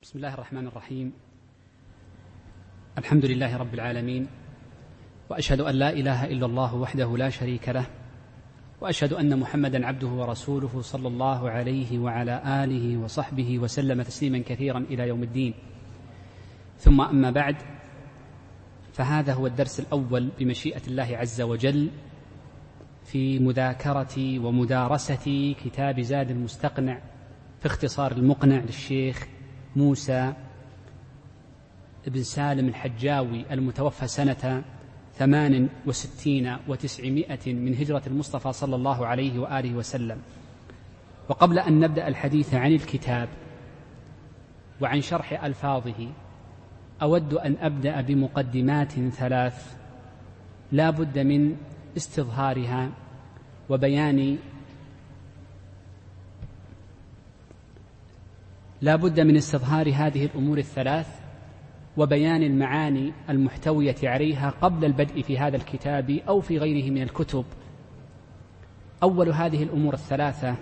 بسم الله الرحمن الرحيم. الحمد لله رب العالمين، وأشهد أن لا إله إلا الله وحده لا شريك له، وأشهد أن محمدا عبده ورسوله صلى الله عليه وعلى آله وصحبه وسلم تسليما كثيرا إلى يوم الدين. ثم أما بعد، فهذا هو الدرس الأول بمشيئة الله عز وجل في مذاكرة ومدارسة كتاب زاد المستقنع في اختصار المقنع للشيخ موسى بن سالم الحجاوي المتوفى سنة 68 و900 من هجرة المصطفى صلى الله عليه وآله وسلم. وقبل أن نبدأ الحديث عن الكتاب وعن شرح ألفاظه، أود أن أبدأ بمقدمات ثلاث لا بد من استظهارها وبيان هذه الأمور الثلاث وبيان المعاني المحتوية عليها قبل البدء في هذا الكتاب أو في غيره من الكتب. أول هذه الأمور الثلاثة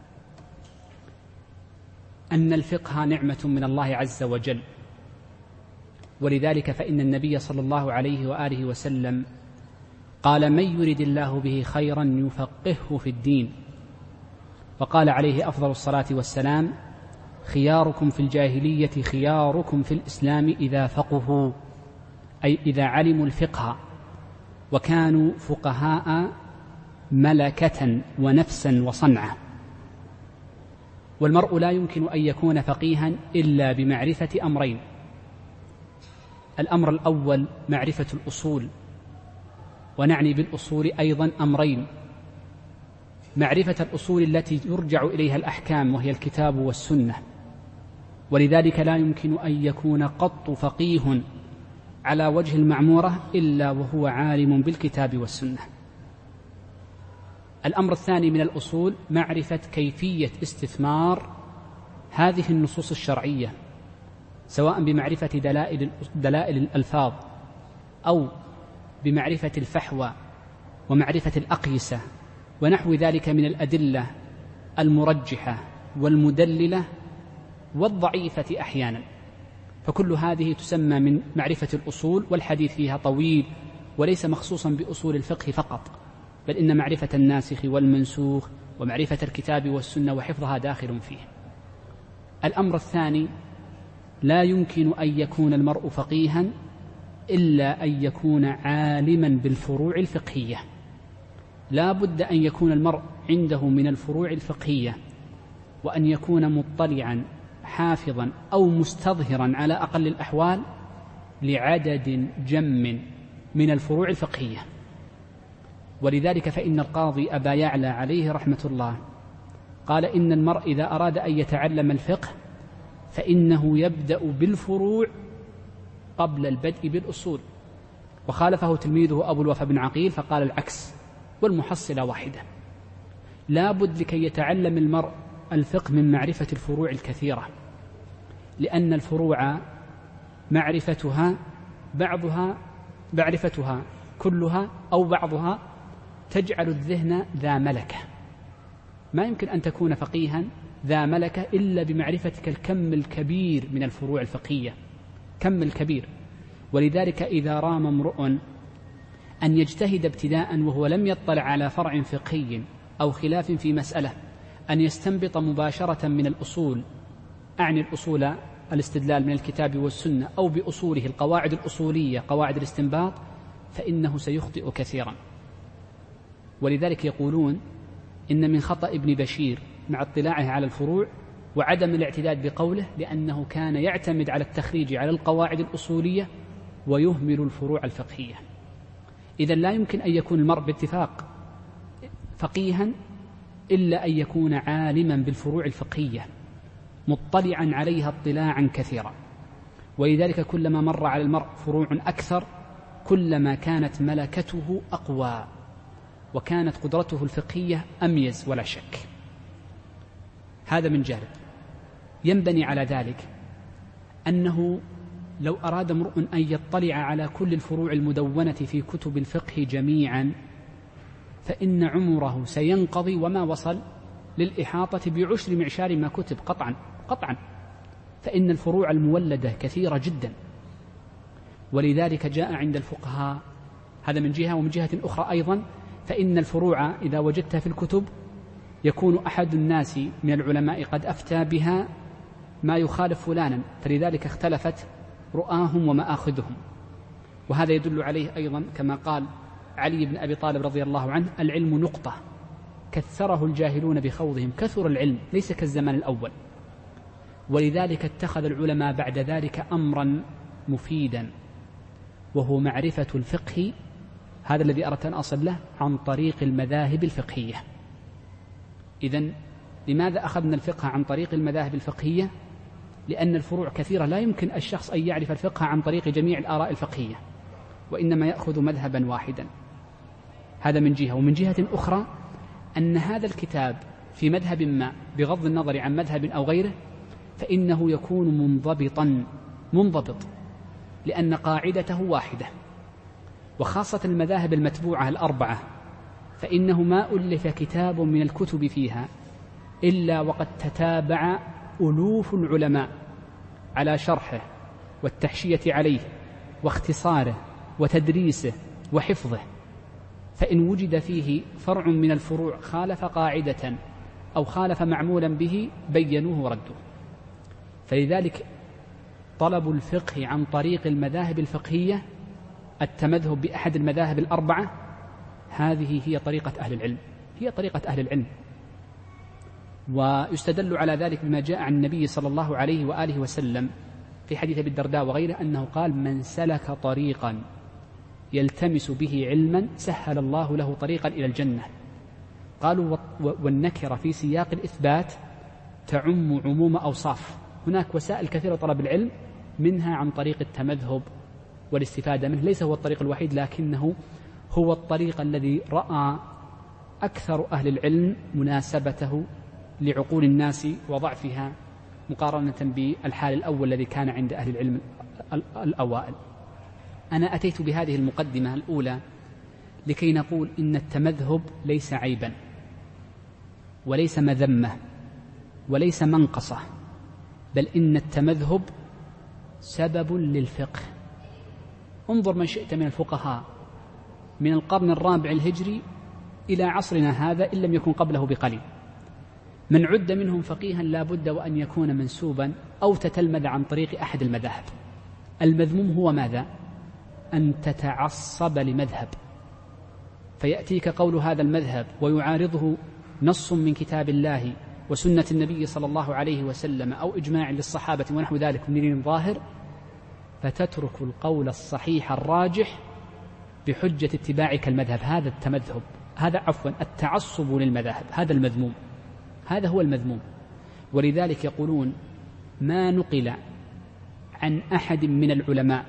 أن الفقه نعمة من الله عز وجل، ولذلك فإن النبي صلى الله عليه وآله وسلم قال: من يرد الله به خيرا يفقهه في الدين. وقال عليه أفضل الصلاة والسلام: خياركم في الجاهلية خياركم في الإسلام إذا فقهوا، أي إذا علموا الفقه وكانوا فقهاء ملكة ونفسا وصنعة. والمرء لا يمكن أن يكون فقيها إلا بمعرفة أمرين: الأمر الأول معرفة الأصول، ونعني بالأصول أيضا أمرين: معرفة الأصول التي يرجع إليها الأحكام وهي الكتاب والسنة، ولذلك لا يمكن أن يكون قط فقيه على وجه المعمورة إلا وهو عالم بالكتاب والسنة. الأمر الثاني من الأصول معرفة كيفية استثمار هذه النصوص الشرعية، سواء بمعرفة دلائل الألفاظ أو بمعرفة الفحوى ومعرفة الأقيسة ونحو ذلك من الأدلة المرجحة والمدللة والضعيفة أحيانا. فكل هذه تسمى من معرفة الأصول، والحديث فيها طويل وليس مخصوصا بأصول الفقه فقط، بل إن معرفة الناسخ والمنسوخ ومعرفة الكتاب والسنة وحفظها داخل فيه. الأمر الثاني: لا يمكن أن يكون المرء فقيها إلا أن يكون عالما بالفروع الفقهية. لا بد أن يكون المرء عنده من الفروع الفقهية، وأن يكون مطلعا حافظا أو مستظهرا على أقل الأحوال لعدد جم من الفروع الفقهية. ولذلك فإن القاضي أبا يعلى عليه رحمة الله قال: إن المرء إذا أراد أن يتعلم الفقه فإنه يبدأ بالفروع قبل البدء بالأصول. وخالفه تلميذه أبو الوفا بن عقيل فقال العكس، والمحصلة واحدة. لا بد لكي يتعلم المرء الفقه من معرفة الفروع الكثيرة، لأن الفروع معرفتها كلها أو بعضها تجعل الذهن ذا ملكة. ما يمكن أن تكون فقيها ذا ملكة إلا بمعرفتك الكم الكبير من الفروع الفقهية، كم الكبير. ولذلك إذا رام امرؤ أن يجتهد ابتداء وهو لم يطلع على فرع فقهي أو خلاف في مسألة، أن يستنبط مباشرة من الأصول، أعني الأصول الاستدلال من الكتاب والسنة، أو بأصوله القواعد الأصولية قواعد الاستنباط، فإنه سيخطئ كثيرا. ولذلك يقولون إن من خطأ ابن بشير مع اطلاعه على الفروع وعدم الاعتداد بقوله، لأنه كان يعتمد على التخريج على القواعد الأصولية ويهمل الفروع الفقهية. إذن لا يمكن أن يكون المرء باتفاق فقيها إلا أن يكون عالما بالفروع الفقهية مطلعا عليها اطلاعا كثيرا. ولذلك كلما مر على المرء فروع أكثر كلما كانت ملكته أقوى وكانت قدرته الفقهية أميز ولا شك. هذا من جانب. ينبني على ذلك أنه لو أراد امرؤ أن يطلع على كل الفروع المدونة في كتب الفقه جميعا فإن عمره سينقضي وما وصل للإحاطة بعشر معشار ما كتب قطعا. فإن الفروع المولدة كثيرة جدا، ولذلك جاء عند الفقهاء هذا من جهة. ومن جهة أخرى أيضا فإن الفروع إذا وجدتها في الكتب يكون أحد الناس من العلماء قد أفتى بها ما يخالف فلانا، فلذلك اختلفت رؤاهم ومآخذهم. وهذا يدل عليه أيضا كما قال علي بن أبي طالب رضي الله عنه: العلم نقطة كثره الجاهلون بخوضهم، كثر العلم ليس كالزمان الأول. ولذلك اتخذ العلماء بعد ذلك أمرا مفيدا، وهو معرفة الفقه، هذا الذي أردت أن أصل له، عن طريق المذاهب الفقهية. إذن لماذا أخذنا الفقه عن طريق المذاهب الفقهية؟ لأن الفروع كثيرة، لا يمكن الشخص أن يعرف الفقه عن طريق جميع الآراء الفقهية، وإنما يأخذ مذهبا واحدا. هذا من جهة. ومن جهة أخرى أن هذا الكتاب في مذهب ما بغض النظر عن مذهب أو غيره فإنه يكون منضبط لأن قاعدته واحدة. وخاصة المذاهب المتبوعة الأربعة فإنه ما ألف كتاب من الكتب فيها إلا وقد تتابع ألوف العلماء على شرحه والتحشية عليه واختصاره وتدريسه وحفظه. فإن وجد فيه فرع من الفروع خالف قاعدة أو خالف معمولا به بينوه وردوه. فلذلك طلب الفقه عن طريق المذاهب الفقهية، التمذهب بأحد المذاهب الأربعة، هذه هي طريقة أهل العلم، هي طريقة أهل العلم. ويستدل على ذلك بما جاء عن النبي صلى الله عليه وآله وسلم في حديث أبي الدرداء وغيره أنه قال: من سلك طريقا يلتمس به علما سهل الله له طريقا إلى الجنة. قالوا: والنكرة في سياق الإثبات تعم عموم أوصاف. هناك وسائل كثيرة طلب العلم، منها عن طريق التمذهب والاستفادة منه، ليس هو الطريق الوحيد لكنه هو الطريق الذي رأى أكثر أهل العلم مناسبته لعقول الناس وضعفها مقارنة بالحال الأول الذي كان عند أهل العلم الأوائل. أنا أتيت بهذه المقدمة الأولى لكي نقول إن التمذهب ليس عيبا وليس مذمة وليس منقصة، بل إن التمذهب سبب للفقه. انظر من شئت من الفقهاء من القرن الرابع الهجري إلى عصرنا هذا إن لم يكن قبله بقليل، من عد منهم فقيها لا بد وأن يكون منسوبا أو تتلمذ عن طريق أحد المذاهب. المذموم هو ماذا؟ أن تتعصب لمذهب فيأتيك قول هذا المذهب ويعارضه نص من كتاب الله وسنة النبي صلى الله عليه وسلم أو إجماع للصحابة ونحو ذلك من دين ظاهر، فتترك القول الصحيح الراجح بحجة اتباعك المذهب. هذا التمذهب، هذا التعصب للمذاهب، هذا المذموم، هذا هو المذموم. ولذلك يقولون: ما نقل عن أحد من العلماء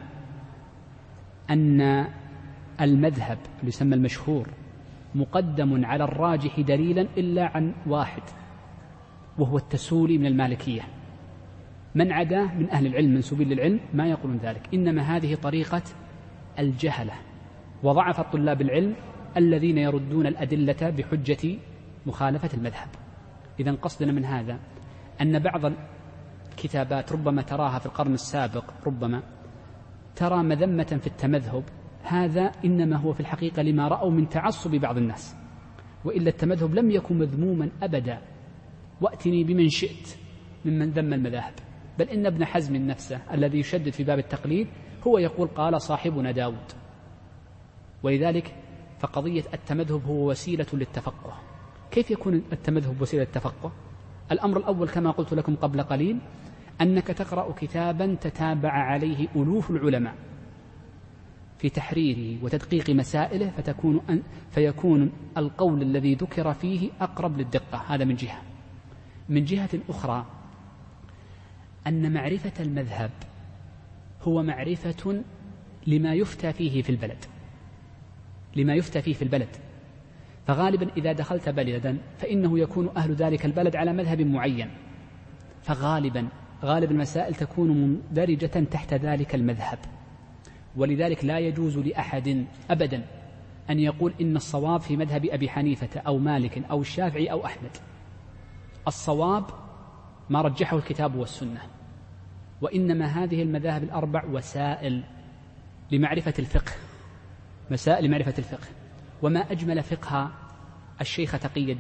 أن المذهب اللي يسمى المشهور مقدم على الراجح دليلا إلا عن واحد، وهو التسولي من المالكية. من عداه من أهل العلم منسوبين للعلم ما يقولون ذلك، إنما هذه طريقة الجهلة وضعف طلاب العلم الذين يردون الأدلة بحجة مخالفة المذهب. إذن قصدنا من هذا أن بعض الكتابات ربما تراها في القرن السابق ربما ترى مذمة في التمذهب، هذا إنما هو في الحقيقة لما رأوا من تعصب بعض الناس، وإلا التمذهب لم يكن مذموما أبدا. وأتني بمن شئت ممن ذم المذاهب، بل إن ابن حزم نفسه الذي يشدد في باب التقليد هو يقول: قال صاحبنا داود. ولذلك فقضية التمذهب هو وسيلة للتفقه. كيف يكون التمذهب وسيلة للتفقه؟ الأمر الأول كما قلت لكم قبل قليل أنك تقرأ كتابا تتابع عليه ألوف العلماء في تحريره وتدقيق مسائله، فيكون القول الذي ذكر فيه أقرب للدقة. هذا من جهة. من جهة أخرى أن معرفة المذهب هو معرفة لما يفتى فيه في البلد، لما يفتى فيه في البلد. فغالبا إذا دخلت بلدا فإنه يكون أهل ذلك البلد على مذهب معين، فغالب المسائل تكون مندرجة تحت ذلك المذهب. ولذلك لا يجوز لأحد أبدا أن يقول إن الصواب في مذهب أبي حنيفة أو مالك أو الشافعي أو أحمد. الصواب ما رجحه الكتاب والسنة، وإنما هذه المذاهب الأربع وسائل لمعرفة الفقه، مسائل لمعرفة الفقه. وما أجمل فقه الشيخ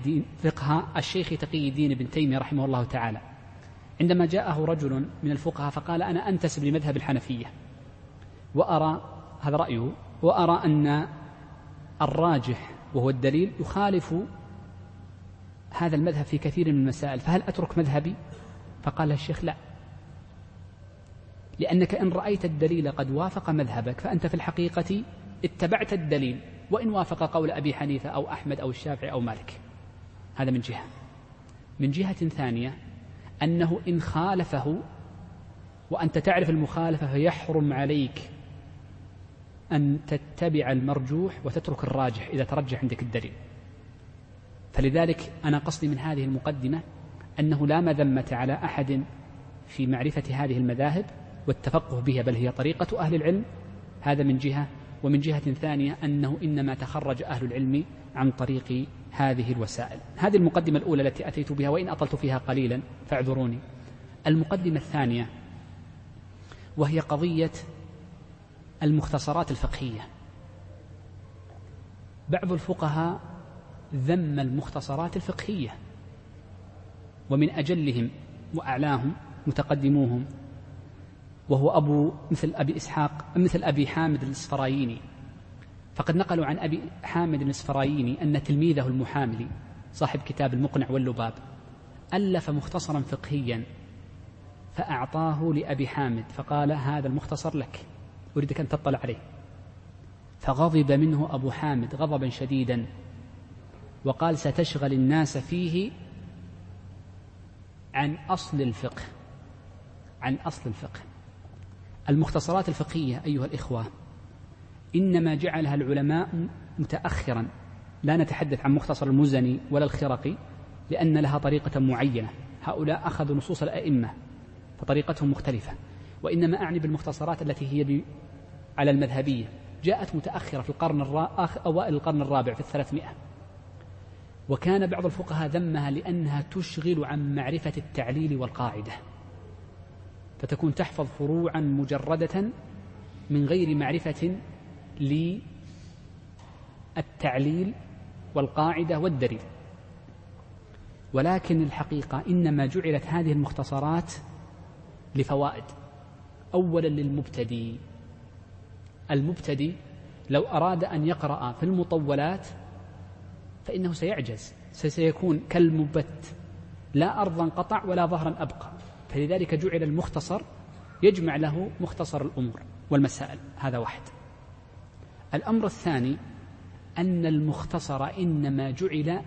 تقي الدين ابن تيمية رحمه الله تعالى، عندما جاءه رجل من الفقهاء فقال: أنا أنتسب لمذهب الحنفية وأرى، هذا رأيه، وأرى أن الراجح وهو الدليل يخالف هذا المذهب في كثير من المسائل، فهل أترك مذهبي؟ فقال الشيخ: لا، لأنك إن رأيت الدليل قد وافق مذهبك فأنت في الحقيقة اتبعت الدليل، وإن وافق قول أبي حنيفة أو أحمد أو الشافعي أو مالك. هذا من جهة. من جهة ثانية أنه إن خالفه وأنت تعرف المخالفة فيحرم عليك أن تتبع المرجوح وتترك الراجح إذا ترجح عندك الدليل. فلذلك أنا قصدي من هذه المقدمة أنه لا مذمة على أحد في معرفة هذه المذاهب والتفقه بها، بل هي طريقة أهل العلم، هذا من جهة. ومن جهة ثانية أنه إنما تخرج أهل العلم عن طريق هذه الوسائل. هذه المقدمة الأولى التي أتيت بها، وإن أطلت فيها قليلا فاعذروني. المقدمة الثانية وهي قضية المختصرات الفقهية. بعض الفقهاء ذم المختصرات الفقهية، ومن أجلهم وأعلاهم متقدموهم، وهو مثل أبي حامد الإسفرايني. فقد نقلوا عن أبي حامد الإسفرايني أن تلميذه المحاملي صاحب كتاب المقنع واللباب ألف مختصرا فقهيا فأعطاه لأبي حامد فقال: هذا المختصر لك، أريدك أن تطلع عليه. فغضب منه أبو حامد غضبا شديدا وقال: ستشغل الناس فيه عن أصل الفقه. المختصرات الفقهية أيها الإخوة إنما جعلها العلماء متأخرا، لا نتحدث عن مختصر المزني ولا الخرقي لأن لها طريقة معينة، هؤلاء أخذوا نصوص الأئمة فطريقتهم مختلفة، وإنما أعني بالمختصرات التي هي على المذهبية، جاءت متأخرة في أوائل القرن الرابع في 300. وكان بعض الفقهاء ذمها لأنها تشغل عن معرفة التعليل والقاعدة، فتكون تحفظ فروعا مجردة من غير معرفة للتعليل والقاعدة والدليل. ولكن الحقيقة إنما جعلت هذه المختصرات لفوائد. أولا المبتدي لو أراد أن يقرأ في المطولات فإنه سيعجز، سيكون كالمبت، لا أرضا قطع ولا ظهرا أبقى. فلذلك جعل المختصر يجمع له مختصر الأمور والمسائل. هذا واحد. الأمر الثاني أن المختصر إنما جعل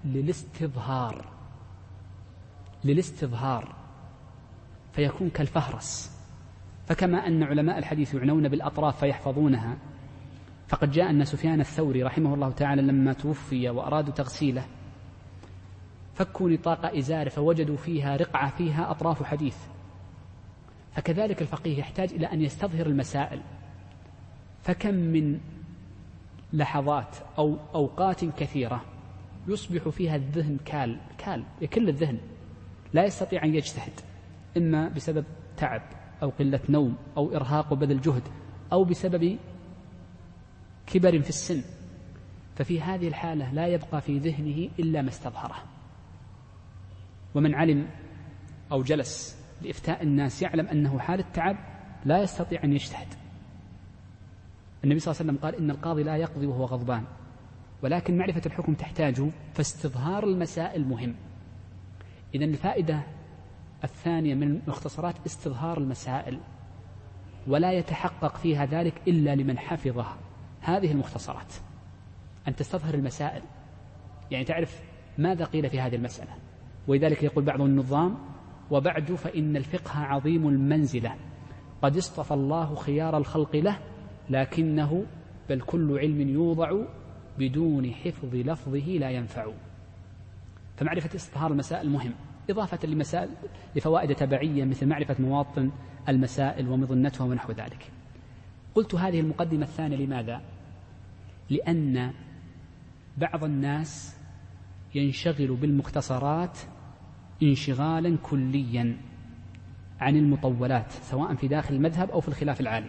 للاستظهار فيكون كالفهرس. فكما أن علماء الحديث يعنون بالأطراف فيحفظونها، فقد جاء أن سفيان الثوري رحمه الله تعالى لما توفي وأرادوا تغسيله فكوا نطاق إزاره فوجدوا فيها رقعة فيها أطراف حديث. فكذلك الفقيه يحتاج إلى أن يستظهر المسائل. فكم من لحظات أو أوقات كثيرة يصبح فيها الذهن يكل الذهن، لا يستطيع أن يجتهد، إما بسبب تعب أو قلة نوم أو إرهاق وبذل جهد أو بسبب كبر في السن. ففي هذه الحالة لا يبقى في ذهنه إلا ما استظهره. ومن علم أو جلس لإفتاء الناس يعلم أنه حال التعب لا يستطيع أن يجتهد. النبي صلى الله عليه وسلم قال: إن القاضي لا يقضي وهو غضبان، ولكن معرفة الحكم تحتاج، فاستظهار المسائل مهم. إذن الفائدة الثانية من المختصرات استظهار المسائل، ولا يتحقق فيها ذلك إلا لمن حفظها هذه المختصرات، أن تستظهر المسائل، يعني تعرف ماذا قيل في هذه المسألة. ولذلك يقول بعض النظام: وبعد فإن الفقه عظيم المنزلة، قد اصطفى الله خيار الخلق له، لكنه بل كل علم يوضع بدون حفظ لفظه لا ينفع. فمعرفة استظهار المسائل مهم، إضافة لفوائد تبعية مثل معرفة مواطن المسائل ومظنتها ونحو ذلك. قلت هذه المقدمة الثانية لماذا؟ لأن بعض الناس ينشغل بالمختصرات انشغالا كليا عن المطولات سواء في داخل المذهب أو في الخلاف العالي.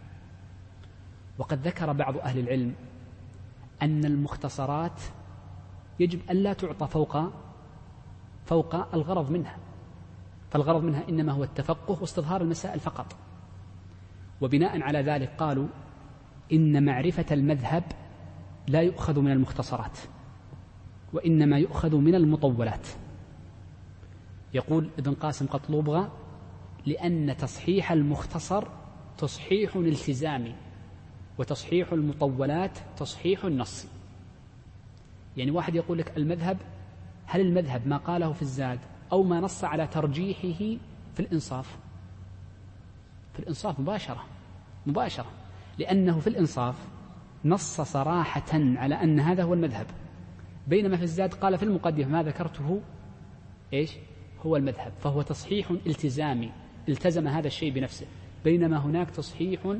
وقد ذكر بعض أهل العلم أن المختصرات يجب ألا تعطى فوق الغرض منها، فالغرض منها إنما هو التفقه واستظهار المسائل فقط. وبناء على ذلك قالوا إن معرفة المذهب لا يؤخذ من المختصرات وإنما يؤخذ من المطولات. يقول ابن قاسم قطلوبغة: لأن تصحيح المختصر تصحيح التزامي وتصحيح المطولات تصحيح النص. يعني واحد يقول لك المذهب، هل المذهب ما قاله في الزاد أو ما نص على ترجيحه في الإنصاف؟ في الإنصاف مباشرة، لأنه في الإنصاف نص صراحة على أن هذا هو المذهب، بينما في الزاد قال في المقدمة ما ذكرته إيش هو المذهب، فهو تصحيح التزامي التزم هذا الشيء بنفسه، بينما هناك تصحيح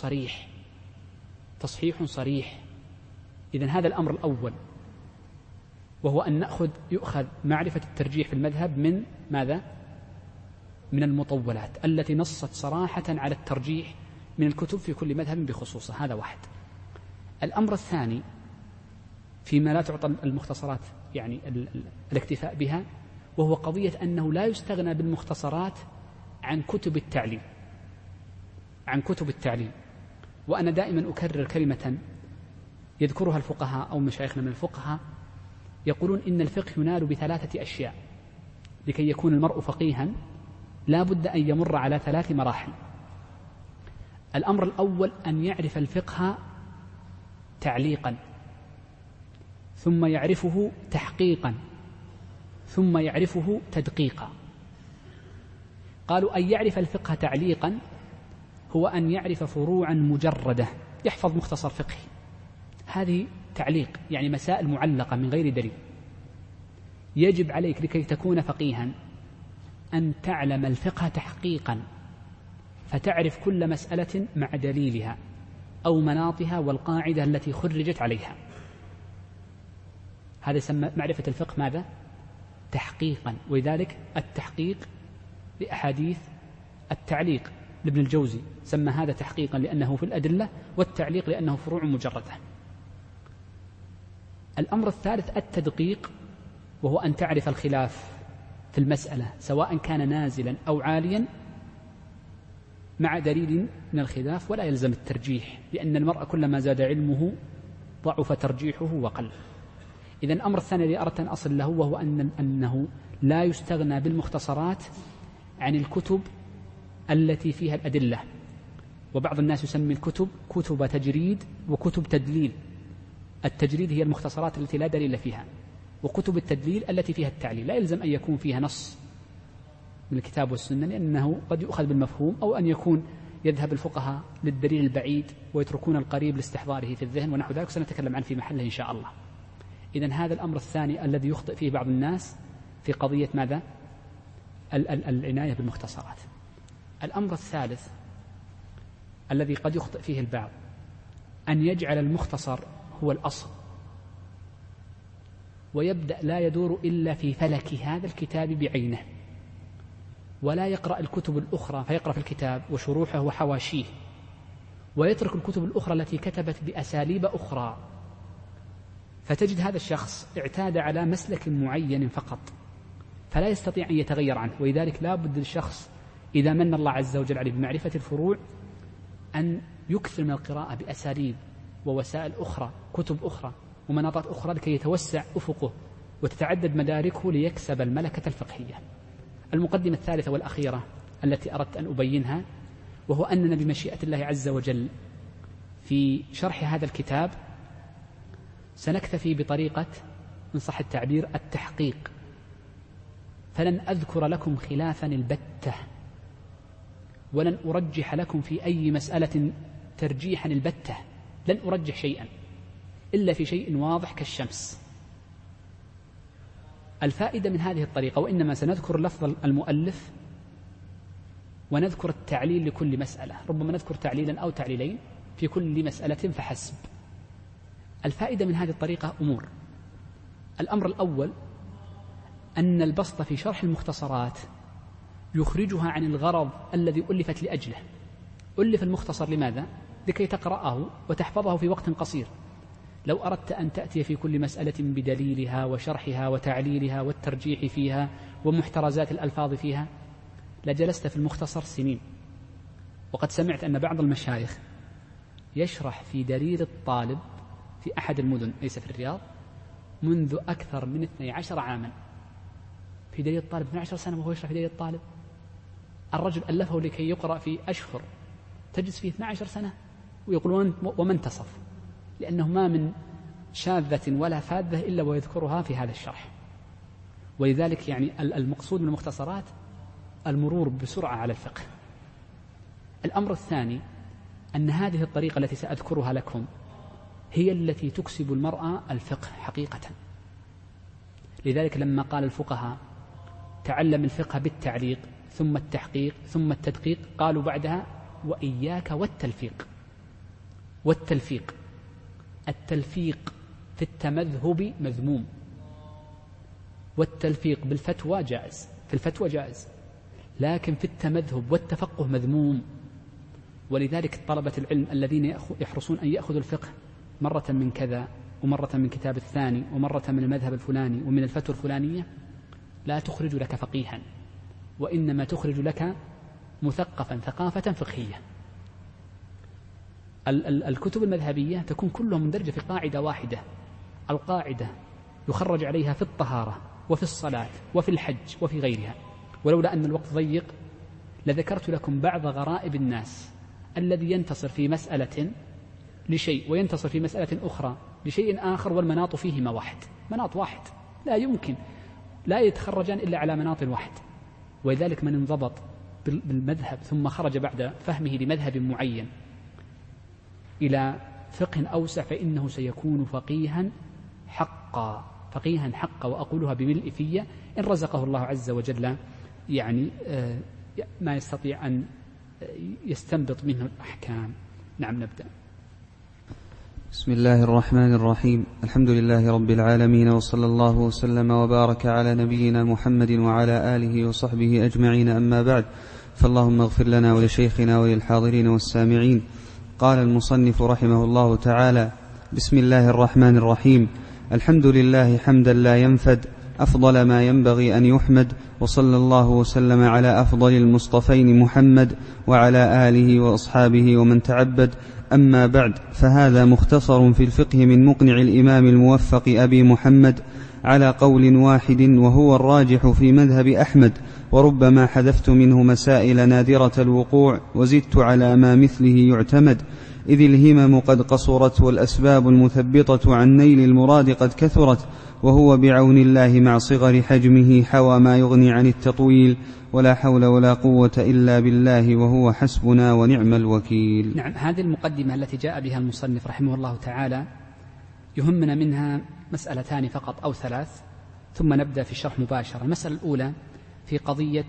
صريح. إذن هذا الأمر الأول، وهو أن يؤخذ معرفة الترجيح في المذهب من ماذا؟ من المطولات التي نصت صراحة على الترجيح من الكتب في كل مذهب بخصوصه. هذا واحد. الأمر الثاني فيما لا تعطى المختصرات يعني الاكتفاء بها، وهو قضية أنه لا يستغنى بالمختصرات عن كتب التعليل. وأنا دائما أكرر كلمة يذكرها الفقهاء أو مشايخنا من الفقهاء، يقولون إن الفقه ينال بثلاثة أشياء. لكي يكون المرء فقيها لا بد أن يمر على 3 مراحل. الأمر الأول أن يعرف الفقه تعليقا، ثم يعرفه تحقيقا، ثم يعرفه تدقيقا. قالوا أن يعرف الفقه تعليقا هو أن يعرف فروعا مجردة، يحفظ مختصر فقهي، هذه تعليق يعني مسائل معلقة من غير دليل. يجب عليك لكي تكون فقيها أن تعلم الفقه تحقيقا، فتعرف كل مسألة مع دليلها أو مناطها والقاعدة التي خرجت عليها. هذا يسمى معرفة الفقه ماذا؟ تحقيقا. ولذلك التحقيق لأحاديث التعليق لابن الجوزي سمى هذا تحقيقا لأنه في الأدلة، والتعليق لأنه فروع مجردة. الأمر الثالث التدقيق، وهو أن تعرف الخلاف في المسألة سواء كان نازلا أو عاليا مع دليل من الخلاف، ولا يلزم الترجيح، لأن المرء كلما زاد علمه ضعف ترجيحه وقل. إذن الأمر الثاني الذي أردت أن أصل له وهو أنه لا يستغنى بالمختصرات عن الكتب التي فيها الأدلة. وبعض الناس يسمي الكتب كتب تجريد وكتب تدليل. التجريد هي المختصرات التي لا دليل فيها، وكتب التدليل التي فيها التعليل. لا يلزم أن يكون فيها نص من الكتاب والسنة، لأنه قد يؤخذ بالمفهوم، أو أن يكون يذهب الفقهاء للدليل البعيد ويتركون القريب لاستحضاره في الذهن ونحو ذلك، سنتكلم عنه في محله إن شاء الله. إذن هذا الأمر الثاني الذي يخطئ فيه بعض الناس في قضية ماذا؟ العناية بالمختصرات. الأمر الثالث الذي قد يخطئ فيه البعض أن يجعل المختصر هو الأصل، ويبدأ لا يدور إلا في فلك هذا الكتاب بعينه، ولا يقرأ الكتب الأخرى، فيقرأ في الكتاب وشروحه وحواشيه، ويترك الكتب الأخرى التي كتبت بأساليب أخرى. فتجد هذا الشخص اعتاد على مسلك معين فقط، فلا يستطيع أن يتغير عنه. ولذلك لا بد للشخص إذا من الله عز وجل عليه بمعرفة الفروع أن يكثر من القراءة بأساليب ووسائل أخرى، كتب أخرى ومناطات أخرى، لكي يتوسع أفقه وتتعدد مداركه ليكسب الملكة الفقهية. المقدمة الثالثة والأخيرة التي أردت أن أبينها، وهو أننا بمشيئة الله عز وجل في شرح هذا الكتاب سنكتفي بطريقة إن صح التعبير التحقيق، فلن أذكر لكم خلافا البتة، ولن أرجح لكم في أي مسألة ترجيحا البتة، لن أرجح شيئا إلا في شيء واضح كالشمس. الفائدة من هذه الطريقة، وإنما سنذكر لفظ المؤلف ونذكر التعليل لكل مسألة، ربما نذكر تعليلا أو تعليلين في كل مسألة فحسب. الفائدة من هذه الطريقة أمور. الأمر الأول أن البسط في شرح المختصرات يخرجها عن الغرض الذي ألفت لأجله. ألف المختصر لماذا؟ لكي تقرأه وتحفظه في وقت قصير. لو أردت أن تأتي في كل مسألة بدليلها وشرحها وتعليلها والترجيح فيها ومحترزات الألفاظ فيها لجلست في المختصر سنين. وقد سمعت أن بعض المشايخ يشرح في دليل الطالب في أحد المدن ليس في الرياض منذ أكثر من 12 عاما. في دليل الطالب 12 سنة وهو يشرح في دليل الطالب. الرجل ألفه لكي يقرأ في أشهر تجلس فيه 12 سنة ويقولون وما انتصف، لأنه ما من شاذة ولا فاذة إلا ويذكرها في هذا الشرح. ولذلك يعني المقصود من المختصرات المرور بسرعة على الفقه. الأمر الثاني أن هذه الطريقة التي سأذكرها لكم هي التي تكسب المرأة الفقه حقيقة. لذلك لما قال الفقهاء تعلم الفقه بالتعليق ثم التحقيق ثم التدقيق، قالوا بعدها وإياك والتلفيق. التلفيق في التمذهب مذموم، والتلفيق بالفتوى جائز، في الفتوى جائز، لكن في التمذهب والتفقه مذموم. ولذلك طلبة العلم الذين يحرصون أن يأخذوا الفقه مرة من كذا ومرة من كتاب الثاني ومرة من المذهب الفلاني ومن الفتوى الفلانية لا تخرج لك فقيها، وإنما تخرج لك مثقفا ثقافة فقهية. الكتب المذهبية تكون كلها مندرجة في قاعدة واحدة. القاعدة يخرج عليها في الطهارة وفي الصلاة وفي الحج وفي غيرها. ولولا أن الوقت ضيق لذكرت لكم بعض غرائب الناس الذي ينتصر في مسألة لشيء وينتصر في مسألة أخرى لشيء آخر والمناط فيهما واحد، مناط واحد لا يمكن، لا يتخرجان إلا على مناط واحد. ولذلك من انضبط بالمذهب ثم خرج بعد فهمه لمذهب معين إلى فقه أوسع فإنه سيكون فقيها حقا، وأقولها بملء فيا إن رزقه الله عز وجل يعني ما يستطيع أن يستنبط منه الأحكام. نعم نبدأ. بسم الله الرحمن الرحيم. الحمد لله رب العالمين، وصلى الله وسلم وبارك على نبينا محمد وعلى آله وصحبه أجمعين، أما بعد، فاللهم اغفر لنا ولشيخنا وللحاضرين والسامعين. قال المصنف رحمه الله تعالى: بسم الله الرحمن الرحيم. الحمد لله حمدا لا ينفد، أفضل ما ينبغي أن يحمد، وصلى الله وسلم على أفضل المصطفين محمد وعلى آله وأصحابه ومن تعبد. أما بعد، فهذا مختصر في الفقه من مقنع الإمام الموفق أبي محمد على قول واحد وهو الراجح في مذهب أحمد، وربما حذفت منه مسائل نادرة الوقوع وزدت على ما مثله يعتمد، إذ الهمم قد قصرت والأسباب المثبطة عن نيل المراد قد كثرت، وهو بعون الله مع صغر حجمه حوى ما يغني عن التطويل، ولا حول ولا قوة إلا بالله وهو حسبنا ونعم الوكيل. نعم، هذه المقدمة التي جاء بها المصنف رحمه الله تعالى يهمنا منها مسألتان فقط أو ثلاث، ثم نبدأ في الشرح مباشرة. المسألة الأولى في قضية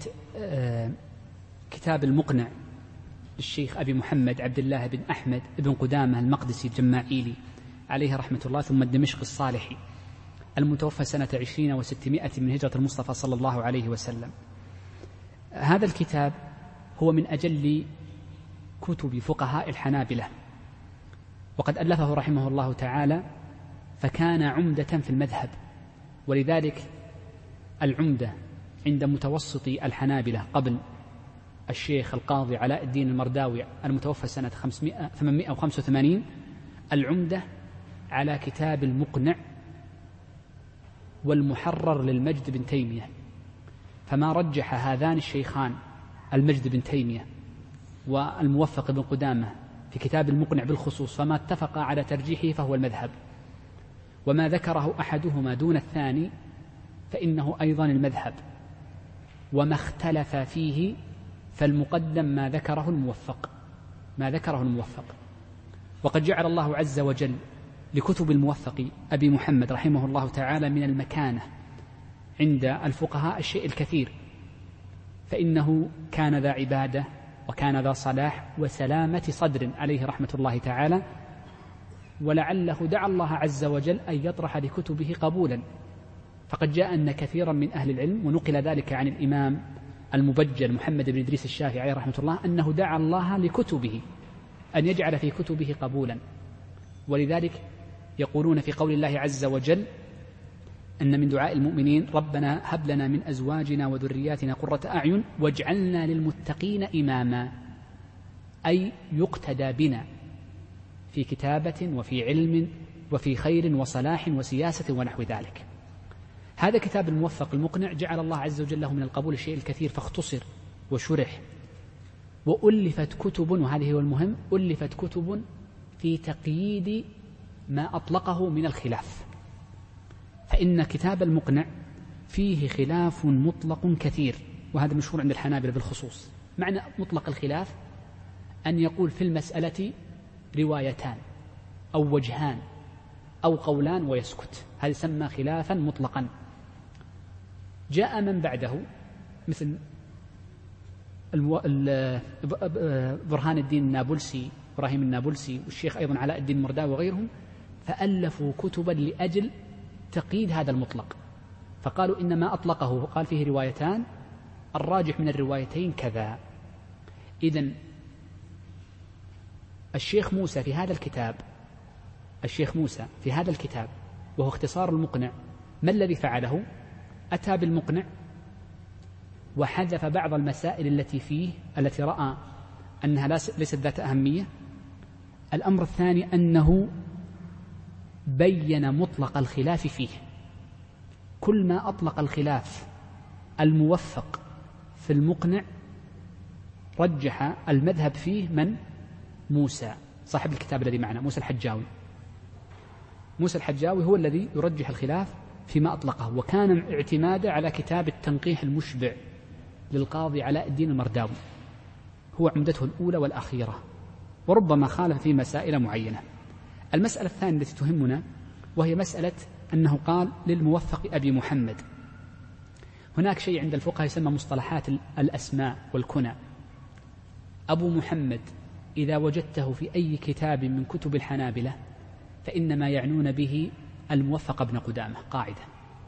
كتاب المقنع للشيخ أبي محمد عبد الله بن أحمد بن قدامة المقدسي الجماعيلي عليه رحمة الله، ثم الدمشق الصالحي، المتوفى سنة 20 و600 من هجرة المصطفى صلى الله عليه وسلم. هذا الكتاب هو من أجل كتب فقهاء الحنابلة، وقد ألفه رحمه الله تعالى فكان عمدة في المذهب. ولذلك العمدة عند متوسطي الحنابلة قبل الشيخ القاضي علاء الدين المرداوي المتوفى سنة 885 العمدة على كتاب المقنع والمحرر للمجد بن تيمية. فما رجح هذان الشيخان المجد بن تيمية والموفق بن قدامة في كتاب المقنع بالخصوص، فما اتفق على ترجيحه فهو المذهب، وما ذكره أحدهما دون الثاني فإنه أيضا المذهب، وما اختلف فيه فالمقدم ما ذكره الموفق. وقد جعل الله عز وجل لكتب الموفق أبي محمد رحمه الله تعالى من المكانة عند الفقهاء الشيء الكثير، فإنه كان ذا عبادة وكان ذا صلاح وسلامة صدر عليه رحمة الله تعالى، ولعله دعا الله عز وجل أن يطرح لكتبه قبولا. فقد جاء أن كثيرا من أهل العلم، ونقل ذلك عن الإمام المبجل محمد بن إدريس الشافعي عليه رحمة الله أنه دعا الله لكتبه أن يجعل في كتبه قبولا، ولذلك يقولون في قول الله عز وجل أن من دعاء المؤمنين ربنا هب لنا من أزواجنا وذرياتنا قرة أعين واجعلنا للمتقين إماما، أي يقتدى بنا في كتابة وفي علم وفي خير وصلاح وسياسة ونحو ذلك. هذا كتاب الموفق المقنع جعل الله عز وجل له من القبول الشيء الكثير، فاختصر وشرح وألفت كتب، وهذه هو المهم، ألفت كتب في تقييد ما أطلقه من الخلاف. فإن كتاب المقنع فيه خلاف مطلق كثير، وهذا مشهور عند الحنابلة بالخصوص. معنى مطلق الخلاف أن يقول في المسألة روايتان أو وجهان أو قولان ويسكت، هذا يسمى خلافا مطلقا. جاء من بعده مثل برهان الدين النابلسي، إبراهيم النابلسي، والشيخ أيضا علاء الدين المرداوي وغيرهم، فألفوا كتبا لأجل تقييد هذا المطلق، فقالوا إن ما أطلقه قال فيه روايتان، الراجح من الروايتين كذا. إذن الشيخ موسى في هذا الكتاب وهو اختصار المقنع، ما الذي فعله؟ أتى بالمقنع وحذف بعض المسائل التي فيه التي رأى أنها ليست ذات أهمية. الأمر الثاني أنه بين مطلق الخلاف فيه، كل ما أطلق الخلاف الموفق في المقنع رجح المذهب فيه من؟ موسى صاحب الكتاب الذي معنا، موسى الحجاوي هو الذي يرجح الخلاف فيما أطلقه، وكان اعتماده على كتاب التنقيح المشبع للقاضي علاء الدين المرداوي، هو عمدته الأولى والأخيرة، وربما خالف في مسائل معينة. المسألة الثانية التي تهمنا وهي مسألة أنه قال للموفق أبي محمد. هناك شيء عند الفقهاء يسمى مصطلحات الأسماء والكنى. أبو محمد إذا وجدته في أي كتاب من كتب الحنابلة فإنما يعنون به الموفق ابن قدامة قاعدة،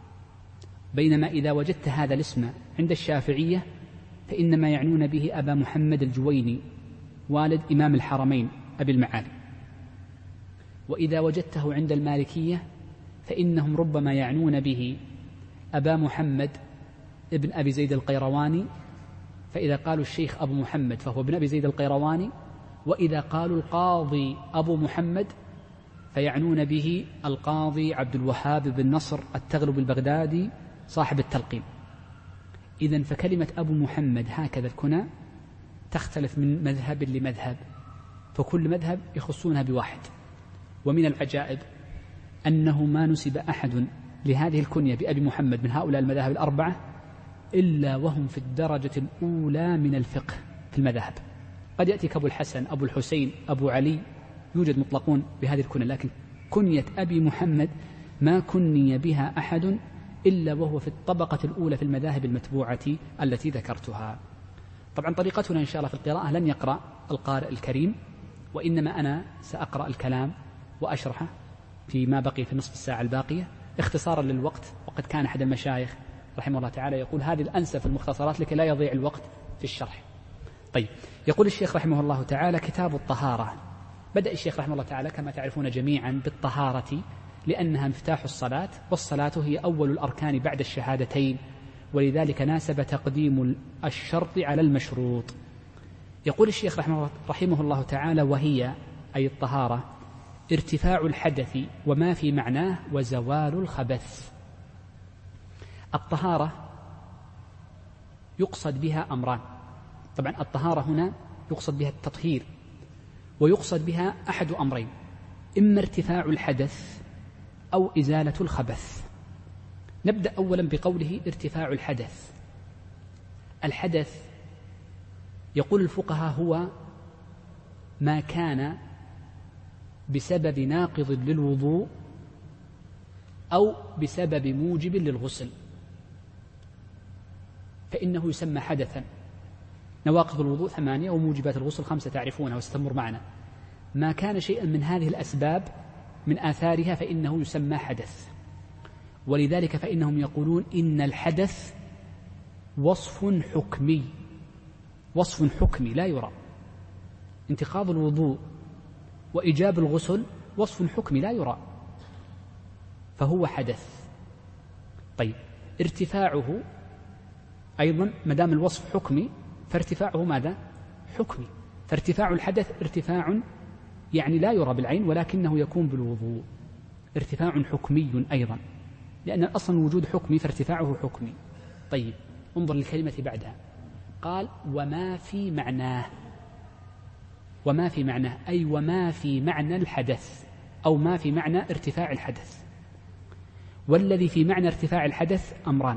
بينما إذا وجدت هذا الاسم عند الشافعية فإنما يعنون به أبا محمد الجويني والد إمام الحرمين أبي المعالي، وإذا وجدته عند المالكية فإنهم ربما يعنون به أبا محمد ابن أبي زيد القيرواني، فإذا قالوا الشيخ أبو محمد فهو ابن أبي زيد القيرواني، وإذا قالوا القاضي أبو محمد فيعنون به القاضي عبد الوهاب بن نصر التغلب البغدادي صاحب التلقين. إذن فكلمة أبو محمد هكذا الكنى تختلف من مذهب لمذهب، فكل مذهب يخصونها بواحد. ومن العجائب أنه ما نسب أحد لهذه الكنية بأبي محمد من هؤلاء المذاهب الأربعة إلا وهم في الدرجة الأولى من الفقه في المذاهب. قد يأتيك أبو الحسن، أبو الحسين، أبو علي، يوجد مطلقون بهذه الكنية، لكن كنية أبي محمد ما كني بها أحد إلا وهو في الطبقة الأولى في المذاهب المتبوعة التي ذكرتها. طبعا طريقتنا إن شاء الله في القراءة لن يقرأ القارئ الكريم، وإنما أنا سأقرأ الكلام وأشرحه فيما بقي في نصف الساعة الباقية اختصارا للوقت. وقد كان أحد المشايخ رحمه الله تعالى يقول هذه الأنسب في المختصرات لكي لا يضيع الوقت في الشرح. طيب، يقول الشيخ رحمه الله تعالى كتاب الطهارة. بدأ الشيخ رحمه الله تعالى كما تعرفون جميعا بالطهارة لأنها مفتاح الصلاة، والصلاة هي أول الأركان بعد الشهادتين، ولذلك ناسب تقديم الشرط على المشروط. يقول الشيخ رحمه الله تعالى وهي أي الطهارة ارتفاع الحدث وما في معناه وزوال الخبث. الطهارة يقصد بها أمران، طبعا الطهارة هنا يقصد بها التطهير، ويقصد بها أحد أمرين، إما ارتفاع الحدث أو إزالة الخبث. نبدأ أولا بقوله ارتفاع الحدث. الحدث يقول الفقهاء هو ما كان بسبب ناقض للوضوء أو بسبب موجب للغسل فإنه يسمى حدثا. نواقض الوضوء 8 وموجبات الغسل 5 تعرفونها واستمر معنا. ما كان شيئا من هذه الأسباب من آثارها فإنه يسمى حدث، ولذلك فإنهم يقولون إن الحدث وصف حكمي، وصف حكمي لا يرى. انتقاض الوضوء وإيجاب الغسل وصف حكمي لا يرى، فهو حدث. طيب ارتفاعه أيضا ما دام الوصف حكمي فارتفاعه ماذا؟ حكمي. فارتفاع الحدث ارتفاع يعني لا يرى بالعين ولكنه يكون بالوضوء، ارتفاع حكمي أيضا، لأن الأصل الوجود حكمي فارتفاعه حكمي. طيب انظر للكلمة بعدها، قال وما في معناه. وما في معناه أي وما في معنى الحدث، أو ما في معنى ارتفاع الحدث. والذي في معنى ارتفاع الحدث أمران: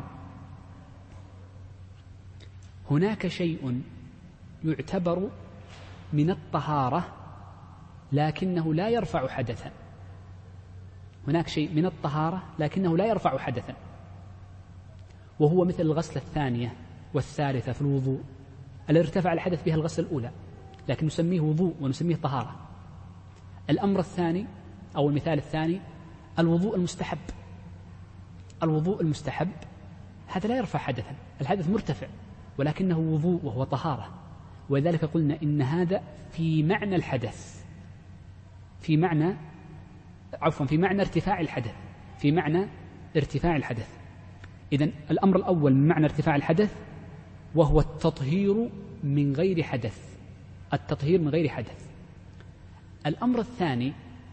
هناك شيء يعتبر من الطهارة لكنه لا يرفع حدثا، هناك شيء من الطهارة لكنه لا يرفع حدثا، وهو مثل الغسلة الثانية والثالثة في الوضوء الذي ارتفع الحدث بها الغسلة الأولى، لكن نسميه وضوء ونسميه طهارة. الأمر الثاني أو المثال الثاني الوضوء المستحب. الوضوء المستحب هذا لا يرفع حدثا، الحدث مرتفع ولكنه وضوء وهو طهارة، ولذلك قلنا إن هذا في معنى الحدث، في معنى ارتفاع الحدث، في معنى ارتفاع الحدث. إذن الأمر الأول من معنى ارتفاع الحدث وهو التطهير من غير حدث، التطهير من غير حدث. الأمر الثاني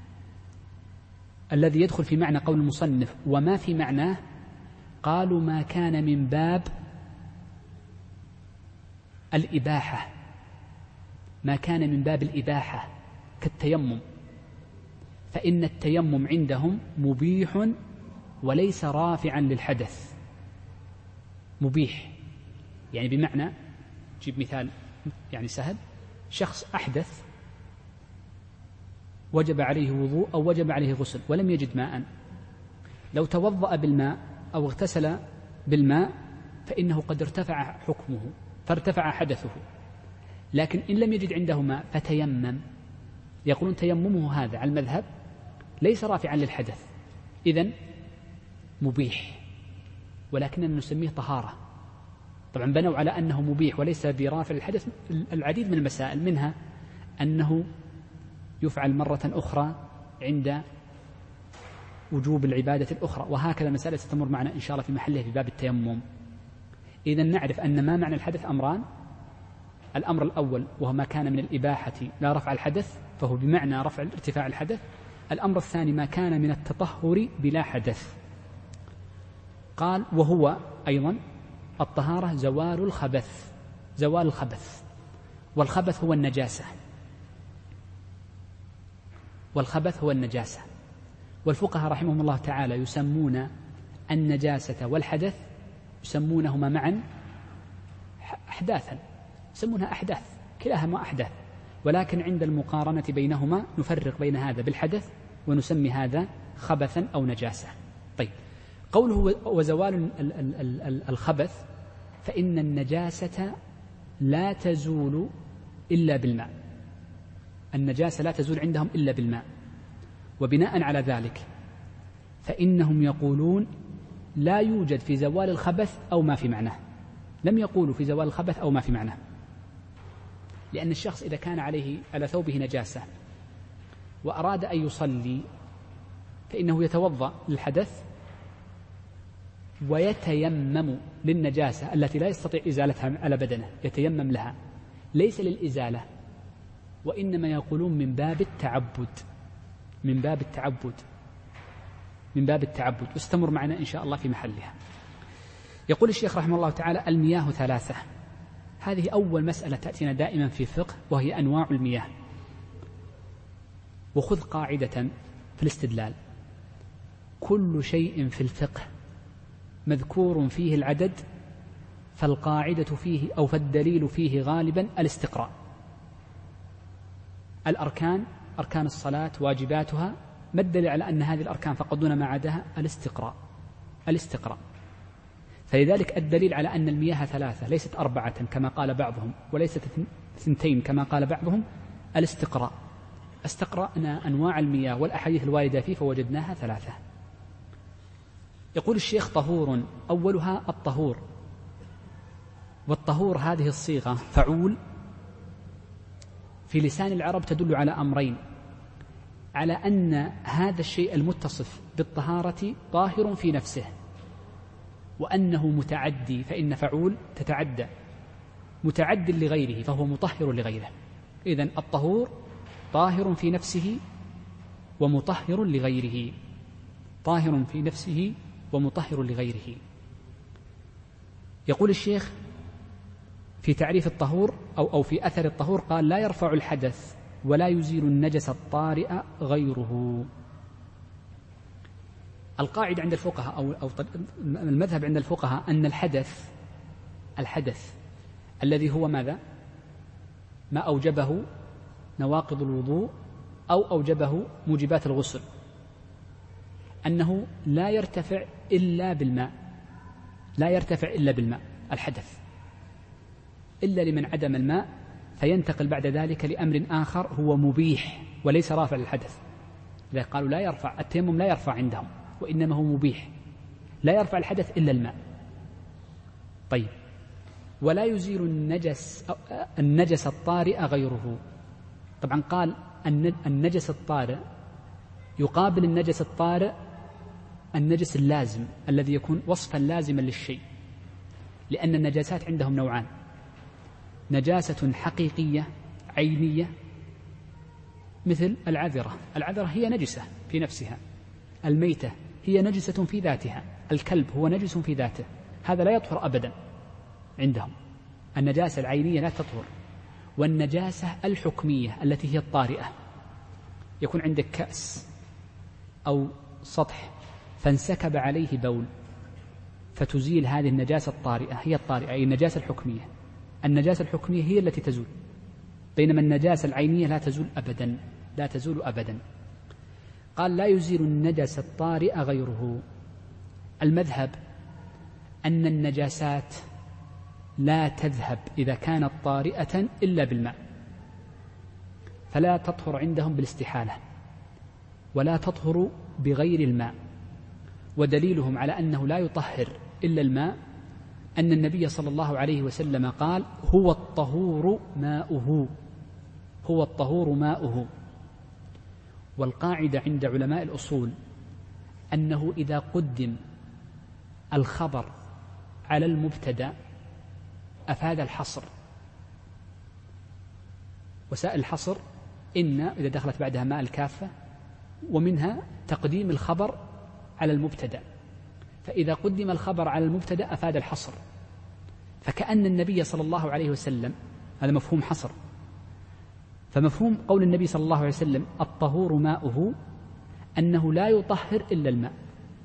الذي يدخل في معنى قول المصنف وما في معناه، قالوا ما كان من باب الإباحة، ما كان من باب الإباحة كالتيمم، فإن التيمم عندهم مبيح وليس رافعا للحدث. مبيح يعني بمعنى، جيب مثال يعني سهل، شخص أحدث وجب عليه وضوء أو وجب عليه غسل ولم يجد ماء، لو توضأ بالماء أو اغتسل بالماء فإنه قد ارتفع حكمه فارتفع حدثه. لكن إن لم يجد عنده ماء فتيمم، يقولون تيممه هذا على المذهب ليس رافعا للحدث، إذن مبيح ولكننا نسميه طهارة. طبعا بنوا على أنه مبيح وليس برافع للحدث العديد من المسائل، منها أنه يفعل مرة أخرى عند وجوب العبادة الأخرى، وهكذا مسألة ستمر معنا إن شاء الله في محلها في باب التيمم. إذن نعرف أن ما معنى الحدث أمران: الأمر الأول وهو ما كان من الإباحة لا رفع الحدث فهو بمعنى رفع ارتفاع الحدث. الأمر الثاني ما كان من التطهر بلا حدث. قال وهو أيضا الطهارة زوال الخبث، زوال الخبث، والخبث هو النجاسة، والخبث هو النجاسة. والفقهاء رحمهم الله تعالى يسمون النجاسة والحدث يسمونهما معا أحداثا، يسمونها أحداث، كلاهما أحداث، ولكن عند المقارنة بينهما نفرق بين هذا بالحدث ونسمي هذا خبثا أو نجاسة. طيب قوله وزوال الخبث، فإن النجاسة لا تزول إلا بالماء، النجاسة لا تزول عندهم إلا بالماء. وبناء على ذلك فإنهم يقولون لا يوجد في زوال الخبث أو ما في معناه، لم يقولوا في زوال الخبث أو ما في معناه، لأن الشخص إذا كان على ثوبه نجاسة وأراد أن يصلي فإنه يتوضأ للحدث ويتيمم للنجاسة التي لا يستطيع إزالتها على بدنه، يتيمم لها ليس للإزالة، وإنما يقولون من باب التعبد، من باب التعبد، من باب التعبد، واستمر معنا إن شاء الله في محلها. يقول الشيخ رحمه الله تعالى: المياه ثلاثة. هذه أول مسألة تأتينا دائما في الفقه وهي أنواع المياه. وخذ قاعدة في الاستدلال: كل شيء في الفقه مذكور فيه العدد فالقاعدة فيه أو فالدليل فيه غالبا الاستقراء. الأركان، أركان الصلاة واجباتها، ما الدليل على أن هذه الأركان فقط دون ما عداها؟ الاستقراء، الاستقراء. فلذلك الدليل على أن المياه ثلاثة ليست أربعة كما قال بعضهم وليست اثنتين كما قال بعضهم الاستقراء. استقرأنا أنواع المياه والأحاديث الواردة فيه فوجدناها ثلاثة. يقول الشيخ: طهور، أولها الطهور والطهور هذه الصيغة فعول في لسان العرب تدل على أمرين: على أن هذا الشيء المتصف بالطهارة طاهر في نفسه، وأنه متعدي، فإن فعول تتعدى، متعد لغيره فهو مطهر لغيره. إذن الطهور طاهر في نفسه ومطهر لغيره، طاهر في نفسه ومطهر لغيره. يقول الشيخ في تعريف الطهور أو في أثر الطهور، قال: لا يرفع الحدث ولا يزيل النجس الطارئ غيره. القاعدة عند الفقهاء أو المذهب عند الفقهاء أن الحدث الذي هو ماذا؟ ما أوجبه نواقض الوضوء أو أوجبه موجبات الغسل، أنه لا يرتفع إلا بالماء، لا يرتفع إلا بالماء الحدث، إلا لمن عدم الماء، فينتقل بعد ذلك لأمر آخر هو مبيح وليس رافع للحدث. إذا قالوا لا يرفع التيمم، لا يرفع عندهم، وإنما هو مبيح، لا يرفع الحدث إلا الماء. طيب، ولا يزيل النجس الطارئ غيره. طبعا قال النجس الطارئ يقابل النجس الطارئ النجس اللازم الذي يكون وصفا لازما للشيء، لأن النجاسات عندهم نوعان: نجاسة حقيقية عينية مثل العذرة هي نجسة في نفسها، الميتة هي نجسة في ذاتها، الكلب هو نجس في ذاته، هذا لا يطهر أبدا عندهم، النجاسة العينية لا تطهر. والنجاسة الحكمية التي هي الطارئة، يكون عندك كأس أو سطح فانسكب عليه بول، فتزيل هذه النجاسة الطارئة، هي الطارئة أي النجاسة الحكمية. النجاسة الحكمية هي التي تزول، بينما النجاسة العينية لا تزول أبدا، لا تزول أبدا. قال: لا يزيل النجس الطارئ غيره. المذهب أن النجاسات لا تذهب إذا كانت طارئة إلا بالماء، فلا تطهر عندهم بالاستحالة، ولا تطهر بغير الماء. ودليلهم على أنه لا يطهر إلا الماء أن النبي صلى الله عليه وسلم قال: هو الطهور ماؤه، هو الطهور ماؤه. والقاعدة عند علماء الأصول أنه إذا قدم الخبر على المبتدأ أفاد الحصر. وسائل الحصر إن إذا دخلت بعدها ماء الكافة، ومنها تقديم الخبر على المبتدأ، فإذا قدم الخبر على المبتدأ أفاد الحصر، فكأن النبي صلى الله عليه وسلم، هذا مفهوم حصر، فمفهوم قول النبي صلى الله عليه وسلم الطهور ماؤه أنه لا يطهر إلا الماء،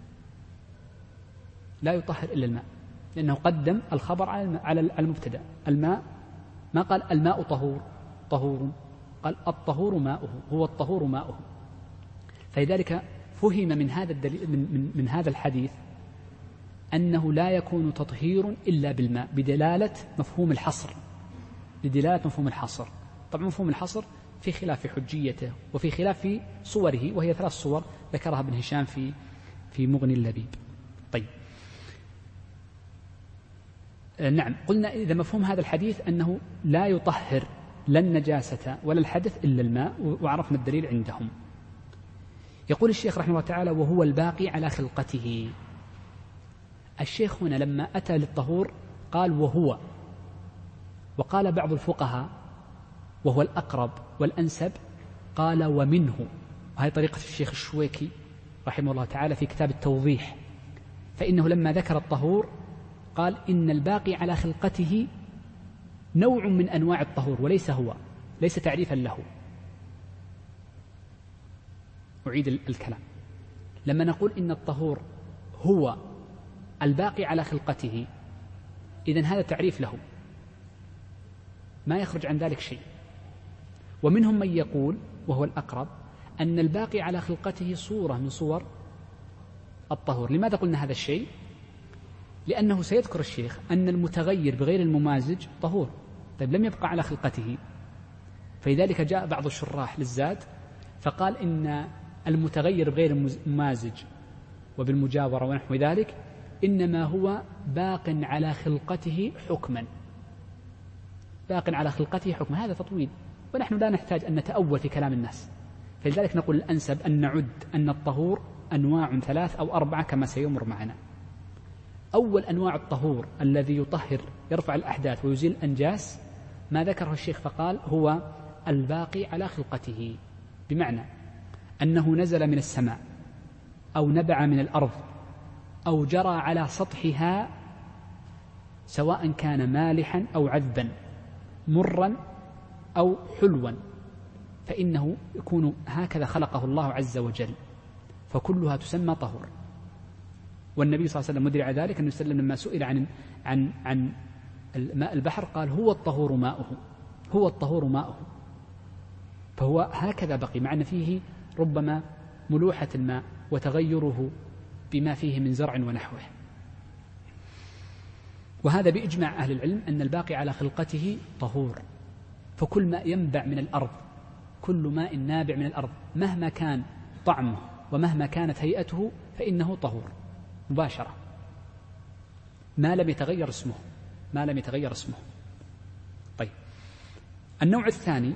لا يطهر إلا الماء، لأنه قدم الخبر على المبتدأ. الماء ما قال الماء طهور، قال الطهور ماؤه، هو الطهور ماؤه. فلذلك فهم من هذا الدليل من هذا الحديث أنه لا يكون تطهير إلا بالماء، بدلالة مفهوم الحصر، بدلالة مفهوم الحصر. طبعا مفهوم الحصر في خلاف حجيته وفي خلاف في صوره، وهي 3 صور ذكرها ابن هشام في مغني اللبيب. طيب، نعم، قلنا إذا مفهوم هذا الحديث أنه لا يطهر لا النجاسة ولا الحدث إلا الماء، وعرفنا الدليل عندهم. يقول الشيخ رحمه الله تعالى: وهو الباقي على خلقته. الشيخ هنا لما أتى للطهور قال وهو، وقال بعض الفقهاء وهو الأقرب والأنسب قال ومنه، وهي طريقة الشيخ الشويكي رحمه الله تعالى في كتاب التوضيح، فإنه لما ذكر الطهور قال إن الباقي على خلقته نوع من أنواع الطهور وليس هو، ليس تعريفا له. أعيد الكلام، لما نقول إن الطهور هو الباقي على خلقته، إذن هذا تعريف له، ما يخرج عن ذلك شيء. ومنهم من يقول وهو الأقرب أن الباقي على خلقته صورة من صور الطهور. لماذا قلنا هذا الشيء؟ لأنه سيذكر الشيخ أن المتغير بغير الممازج طهور. طيب، لم يبقى على خلقته، فلذلك جاء بعض الشراح للزاد فقال إن المتغير بغير الممازج وبالمجاورة ونحو ذلك إنما هو باق على خلقته حكما، باق على خلقته حكم، هذا تطويل، ونحن لا نحتاج أن نتأول في كلام الناس. فلذلك نقول الأنسب أن نعد أن الطهور أنواع 3 أو 4 كما سيمر معنا. أول أنواع الطهور الذي يطهر يرفع الأحداث ويزيل الأنجاس ما ذكره الشيخ فقال هو الباقي على خلقته، بمعنى أنه نزل من السماء أو نبع من الأرض أو جرى على سطحها، سواء كان مالحا أو عذبا، مرا أو حلوا، فإنه يكون هكذا خلقه الله عز وجل، فكلها تسمى طهور. والنبي صلى الله عليه وسلم مدري على ذلك أنه وسلم لما سئل عن ماء البحر قال هو الطهور ماؤه، هو الطهور ماؤه، فهو هكذا بقي، مع أن فيه ربما ملوحة الماء وتغيره بما فيه من زرع ونحوه. وهذا بإجماع أهل العلم أن الباقي على خلقته طهور. فكل ماء ينبع من الأرض، كل ماء نابع من الأرض مهما كان طعمه ومهما كانت هيئته فإنه طهور مباشرة، ما لم يتغير اسمه، ما لم يتغير اسمه. طيب، النوع الثاني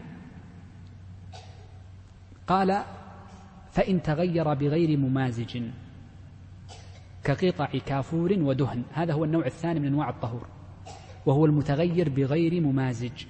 قال فإن تغير بغير ممازج كقطع كافور ودهن، هذا هو النوع الثاني من أنواع الطهور، وهو المتغير بغير ممازج.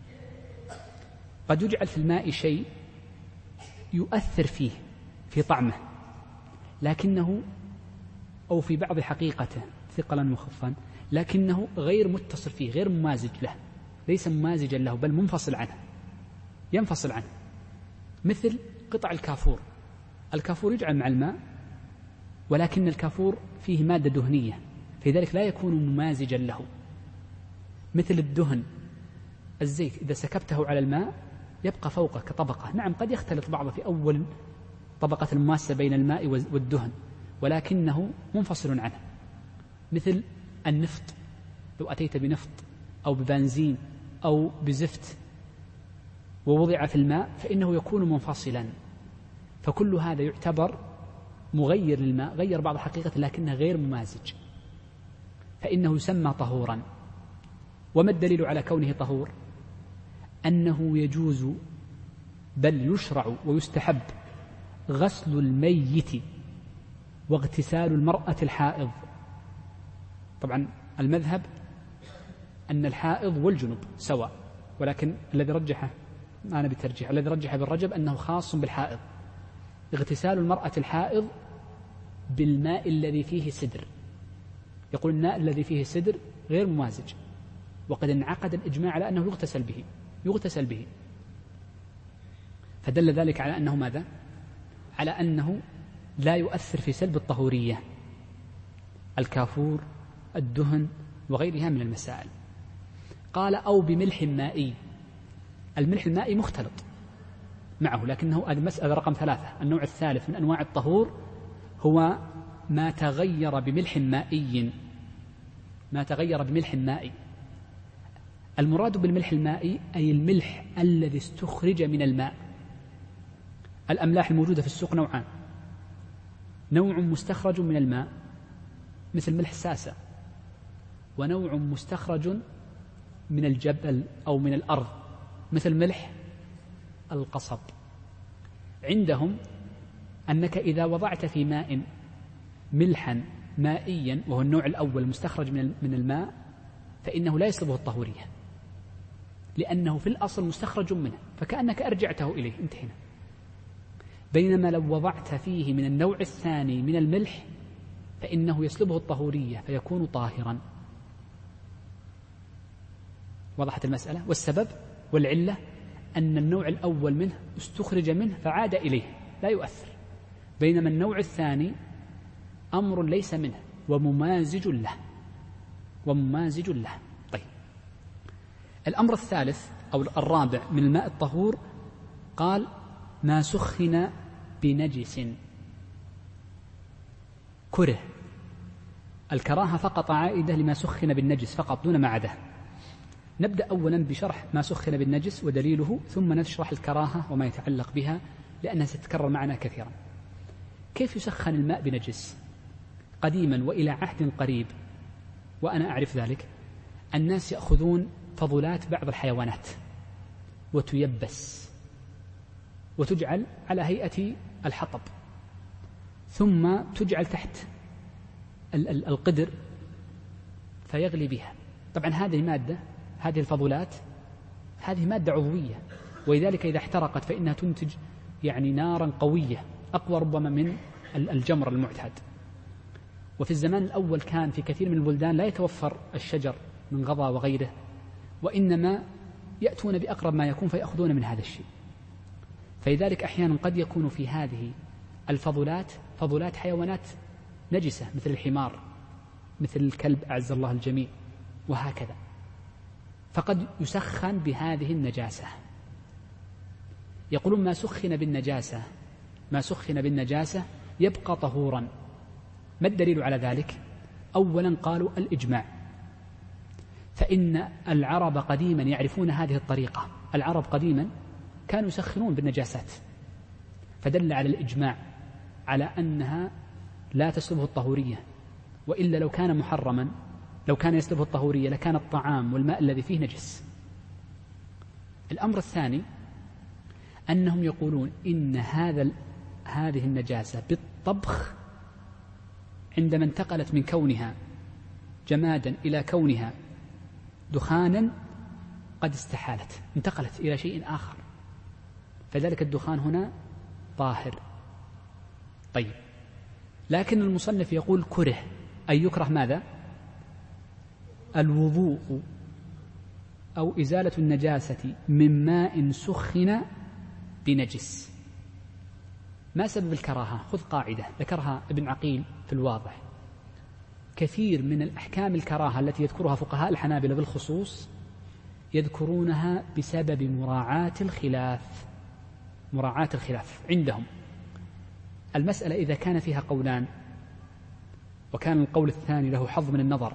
قد يجعل في الماء شيء يؤثر فيه في طعمه، لكنه أو في بعض حقيقته ثقلا مخفا، لكنه غير متصل فيه، غير ممازج له، ليس ممازجا له بل منفصل عنه، ينفصل عنه، مثل قطع الكافور. الكافور يجعل مع الماء، ولكن الكافور فيه مادة دهنية، في ذلك لا يكون ممازجا له. مثل الدهن، الزيت إذا سكبته على الماء يبقى فوقه كطبقة، نعم قد يختلط بعضه في أول طبقة المماسة بين الماء والدهن، ولكنه منفصل عنه. مثل النفط، لو أتيت بنفط أو ببنزين أو بزفت ووضع في الماء فإنه يكون منفصلا، فكل هذا يعتبر مغير للماء، غير بعض حقيقته لكنه غير ممازج، فإنه يسمى طهورا. وما الدليل على كونه طهور؟ أنه يجوز بل يشرع ويستحب غسل الميت واغتسال المرأة الحائض. طبعا المذهب أن الحائض والجنب سواء، ولكن الذي رجحه ما أنا بترجيح، الذي رجح بالرجب أنه خاص بالحائض. اغتسال المرأة الحائض بالماء الذي فيه سدر، يقول الماء الذي فيه سدر غير ممازج، وقد انعقد الإجماع على أنه يغتسل به، فدل ذلك على أنه ماذا؟ على أنه لا يؤثر في سلب الطهورية، الكافور، الدهن وغيرها من المسائل. قال أو بملح مائي، الملح المائي مختلط معه، لكنه هذه مسألة رقم 3. النوع الثالث من أنواع الطهور هو ما تغير بملح مائي، ما تغير بملح مائي. المراد بالملح المائي أي الملح الذي استخرج من الماء. الأملاح الموجودة في السوق نوعان، نوع مستخرج من الماء مثل ملح ساسة، ونوع مستخرج من الجبل أو من الأرض مثل ملح القصب. عندهم أنك إذا وضعت في ماء ملحا مائيا وهو النوع الأول المستخرج من الماء فإنه لا يسلبه الطهورية، لأنه في الأصل مستخرج منه، فكأنك أرجعته إليه، انتهينا. بينما لو وضعت فيه من النوع الثاني من الملح فإنه يسلبه الطهورية فيكون طاهرا. وضحت المسألة؟ والسبب والعلة أن النوع الأول منه استخرج منه فعاد إليه لا يؤثر، بينما النوع الثاني أمر ليس منه وممازج له. طيب، الأمر الثالث أو الرابع من الماء الطهور قال ما سخن بنجس. كره، الكراهة فقط عائدة لما سخن بالنجس فقط دون ما عداه. نبدأ أولا بشرح ما سخن بالنجس ودليله، ثم نشرح الكراهة وما يتعلق بها لأنها ستتكرر معنا كثيرا. كيف يسخن الماء بنجس؟ قديما وإلى عهد قريب، وأنا أعرف ذلك، الناس يأخذون فضلات بعض الحيوانات وتيبس وتجعل على هيئة الحطب، ثم تجعل تحت القدر فيغلي بها. طبعا هذه مادة، هذه الفضلات هذه مادة عضوية، ولذلك إذا احترقت فإنها تنتج يعني نارا قوية أقوى ربما من الجمر المعتاد. وفي الزمان الأول كان في كثير من البلدان لا يتوفر الشجر من غضا وغيره، وإنما يأتون بأقرب ما يكون فيأخذون من هذا الشيء. فلذلك أحيانا قد يكون في هذه الفضلات فضلات حيوانات نجسة مثل الحمار، مثل الكلب أعز الله الجميع، وهكذا، فقد يسخن بهذه النجاسة. يقولون ما سخن بالنجاسة يبقى طهورا. ما الدليل على ذلك؟ أولا قالوا الإجماع، فإن العرب قديما يعرفون هذه الطريقة. العرب قديما كانوا يسخنون بالنجاسات، فدل على الإجماع على أنها لا تسلبه الطهورية، وإلا لو كان محرما، لو كان يسلبه الطهورية لكان الطعام والماء الذي فيه نجس. الأمر الثاني أنهم يقولون إن هذه النجاسة بالطبخ عندما انتقلت من كونها جمادا إلى كونها دخانا قد استحالت، انتقلت إلى شيء آخر، فذلك الدخان هنا طاهر. طيب، لكن المصنف يقول كره، أي يكره ماذا؟ الوضوء أو إزالة النجاسة من ماء سخن بنجس. ما سبب الكراهة؟ خذ قاعدة ذكرها ابن عقيل في الواضح. كثير من الأحكام الكراهة التي يذكرها فقهاء الحنابلة بالخصوص يذكرونها بسبب مراعاة الخلاف عندهم. المسألة إذا كان فيها قولان وكان القول الثاني له حظ من النظر،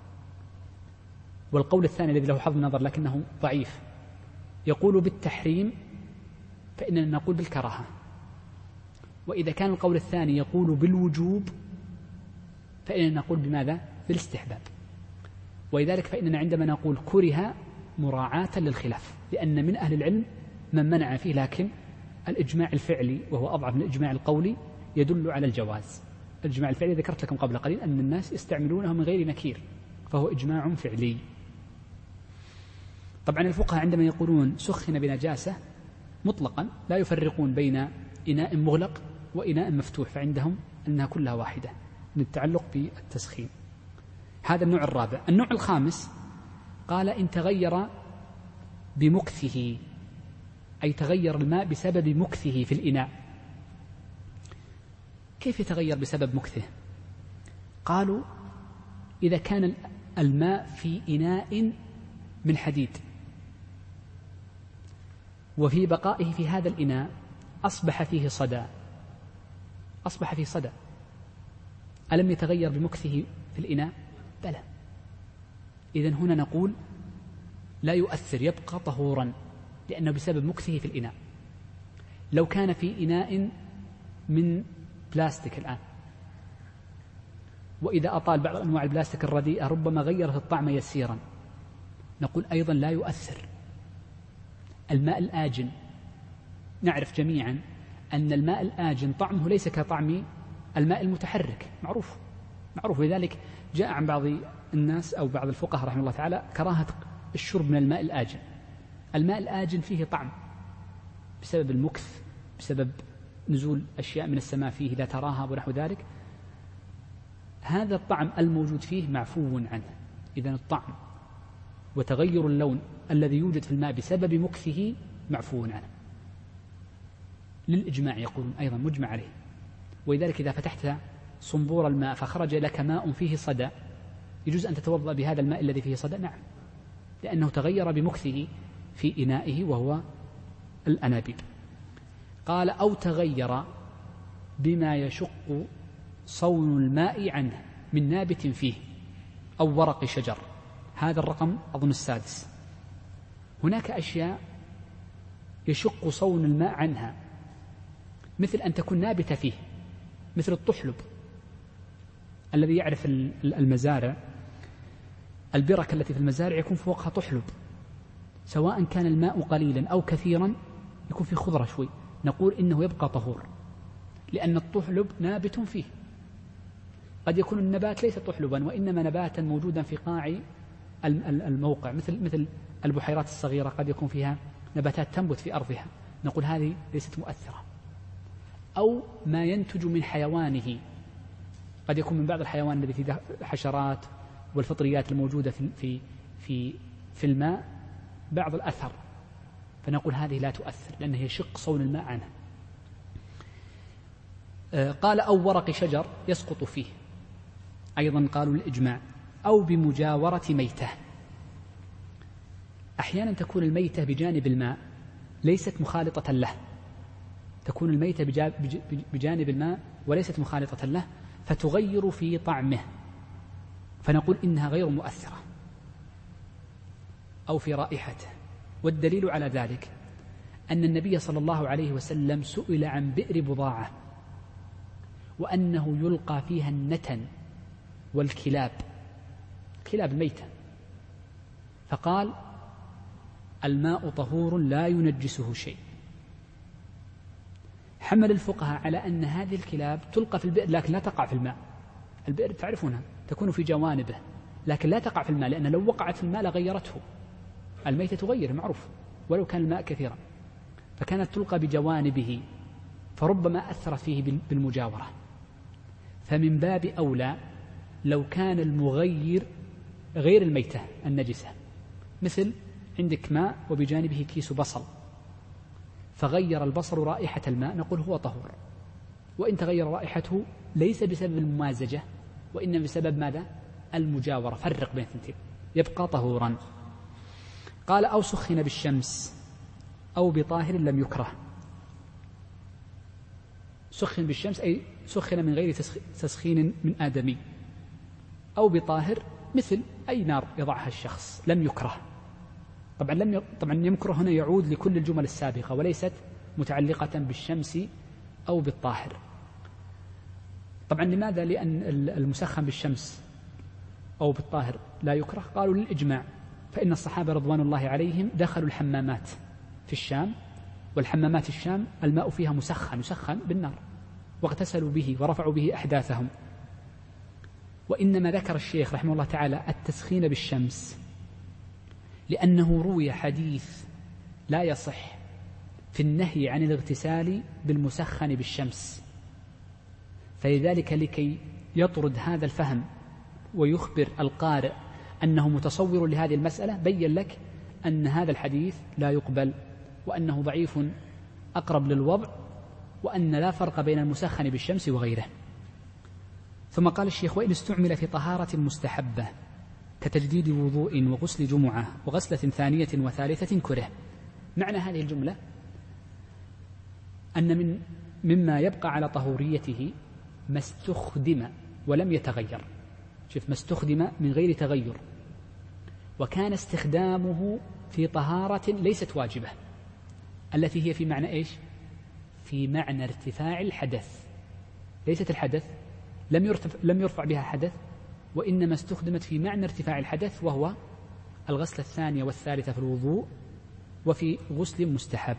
والقول الثاني الذي له حظ من النظر لكنه ضعيف يقول بالتحريم، فإننا نقول بالكراهة. وإذا كان القول الثاني يقول بالوجوب فإننا نقول بماذا؟ بالاستحباب. ولذلك فإننا عندما نقول كره مراعاة للخلاف، لأن من أهل العلم من منع فيه، لكن الإجماع الفعلي وهو أضعف من الإجماع القولي يدل على الجواز. الإجماع الفعلي ذكرت لكم قبل قليل أن الناس يستعملونه من غير نكير، فهو إجماع فعلي. طبعا الفقهاء عندما يقولون سخن بنجاسة مطلقا لا يفرقون بين إناء مغلق وإناء مفتوح، فعندهم أنها كلها واحدة من التعلق بالتسخين. هذا النوع الرابع. النوع الخامس قال إن تغير بمكثه، أي تغير الماء بسبب مكثه في الإناء. كيف يتغير بسبب مكثه؟ قالوا إذا كان الماء في إناء من حديد وفي بقائه في هذا الإناء أصبح فيه صدى، ألم يتغير بمكثه في الإناء؟ بلى. إذن هنا نقول لا يؤثر، يبقى طهورا، لأنه بسبب مكثه في الإناء. لو كان في إناء من بلاستيك الآن، وإذا أطال بعض أنواع البلاستيك الرديئة ربما غيرت الطعم يسيرا، نقول أيضا لا يؤثر. الماء الآجن نعرف جميعا أن الماء الآجن طعمه ليس كطعم الماء المتحرك، معروف. لذلك جاء عن بعض الناس أو بعض الفقهاء رحمه الله تعالى كراهة الشرب من الماء الآجن. الماء الآجن فيه طعم بسبب المكث، بسبب نزول أشياء من السماء فيه لا تراها ونحو ذلك. هذا الطعم الموجود فيه معفو عنه. إذن الطعم وتغير اللون الذي يوجد في الماء بسبب مكثه معفو عنه. للإجماع يقولون أيضا مجمع عليه. ولذلك إذا فتحت صنبور الماء فخرج لك ماء فيه صدى، يجوز أن تتوضأ بهذا الماء الذي فيه صدى؟ نعم، لأنه تغير بمكثه في إنائه وهو الأنابيب. قال أو تغير بما يشق صون الماء عنه من نابت فيه أو ورق شجر. هذا الرقم أظن السادس. هناك أشياء يشق صون الماء عنها، مثل أن تكون نابتة فيه، مثل الطحلب الذي يعرف المزارع، البركة التي في المزارع يكون فوقها طحلب، سواء كان الماء قليلا أو كثيرا يكون في خضرة شوي، نقول إنه يبقى طهور، لأن الطحلب نابت فيه. قد يكون النبات ليس طحلبا وإنما نباتا موجودا في قاع الموقع، مثل البحيرات الصغيرة قد يكون فيها نباتات تنبت في أرضها، نقول هذه ليست مؤثرة. أو ما ينتج من حيوانه، قد يكون من بعض الحيوان الذي فيه حشرات والفطريات الموجودة في الماء بعض الأثر، فنقول هذه لا تؤثر لأنها يشق صون الماء عنه. قال أو ورق شجر يسقط فيه، أيضا قالوا الإجماع. أو بمجاورة ميتة، أحيانا تكون الميتة بجانب الماء ليست مخالطة له، تكون الميتة بجانب الماء وليست مخالطة له فتغير في طعمه، فنقول إنها غير مؤثرة، أو في رائحته. والدليل على ذلك أن النبي صلى الله عليه وسلم سئل عن بئر بضاعة وأنه يلقى فيها النتن والكلاب، كلاب الميتة، فقال الماء طهور لا ينجسه شيء. حمل الفقهاء على أن هذه الكلاب تلقى في البئر لكن لا تقع في الماء. البئر تعرفونها تكون في جوانبه لكن لا تقع في الماء، لأن لو وقعت في الماء لغيرته، الميتة تغير معروف ولو كان الماء كثيرا، فكانت تلقى بجوانبه فربما أثرت فيه بالمجاورة. فمن باب أولى لو كان المغير غير الميتة النجسة، مثل عندك ماء وبجانبه كيس بصل فغير البصل رائحة الماء، نقول هو طهور، وإن تغير رائحته ليس بسبب الممازجة وإنما بسبب ماذا؟ المجاورة، فرق بين الثنتين، يبقى طهورا. قال أو سخن بالشمس أو بطاهر لم يكره. سخن بالشمس أي سخن من غير تسخين من آدمي، أو بطاهر مثل أي نار يضعها الشخص لم يكره. طبعا يمكره هنا يعود لكل الجمل السابقة وليست متعلقة بالشمس أو بالطاهر. طبعا لماذا؟ لأن المسخن بالشمس أو بالطاهر لا يكره، قالوا للإجماع، فإن الصحابة رضوان الله عليهم دخلوا الحمامات في الشام، والحمامات الشام الماء فيها يسخن بالنار، واغتسلوا به ورفعوا به أحداثهم. وإنما ذكر الشيخ رحمه الله تعالى التسخين بالشمس لأنه روي حديث لا يصح في النهي عن الاغتسال بالمسخن بالشمس، فلذلك لكي يطرد هذا الفهم ويخبر القارئ أنه متصور لهذه المسألة بين لك أن هذا الحديث لا يقبل وأنه ضعيف أقرب للوضع، وأن لا فرق بين المسخن بالشمس وغيره. ثم قال الشيخ وإن استعمل في طهارة مستحبة كتجديد وضوء وغسل جمعة وغسلة ثانية وثالثة كره. معنى هذه الجملة أن مما يبقى على طهوريته ما استخدم ولم يتغير. شوف، ما استخدم من غير تغير، وكان استخدامه في طهارة ليست واجبة، التي هي في معنى إيش؟ في معنى ارتفاع الحدث، ليست الحدث، لم يرفع بها حدث، وإنما استخدمت في معنى ارتفاع الحدث، وهو الغسلة الثانية والثالثة في الوضوء وفي غسل مستحب.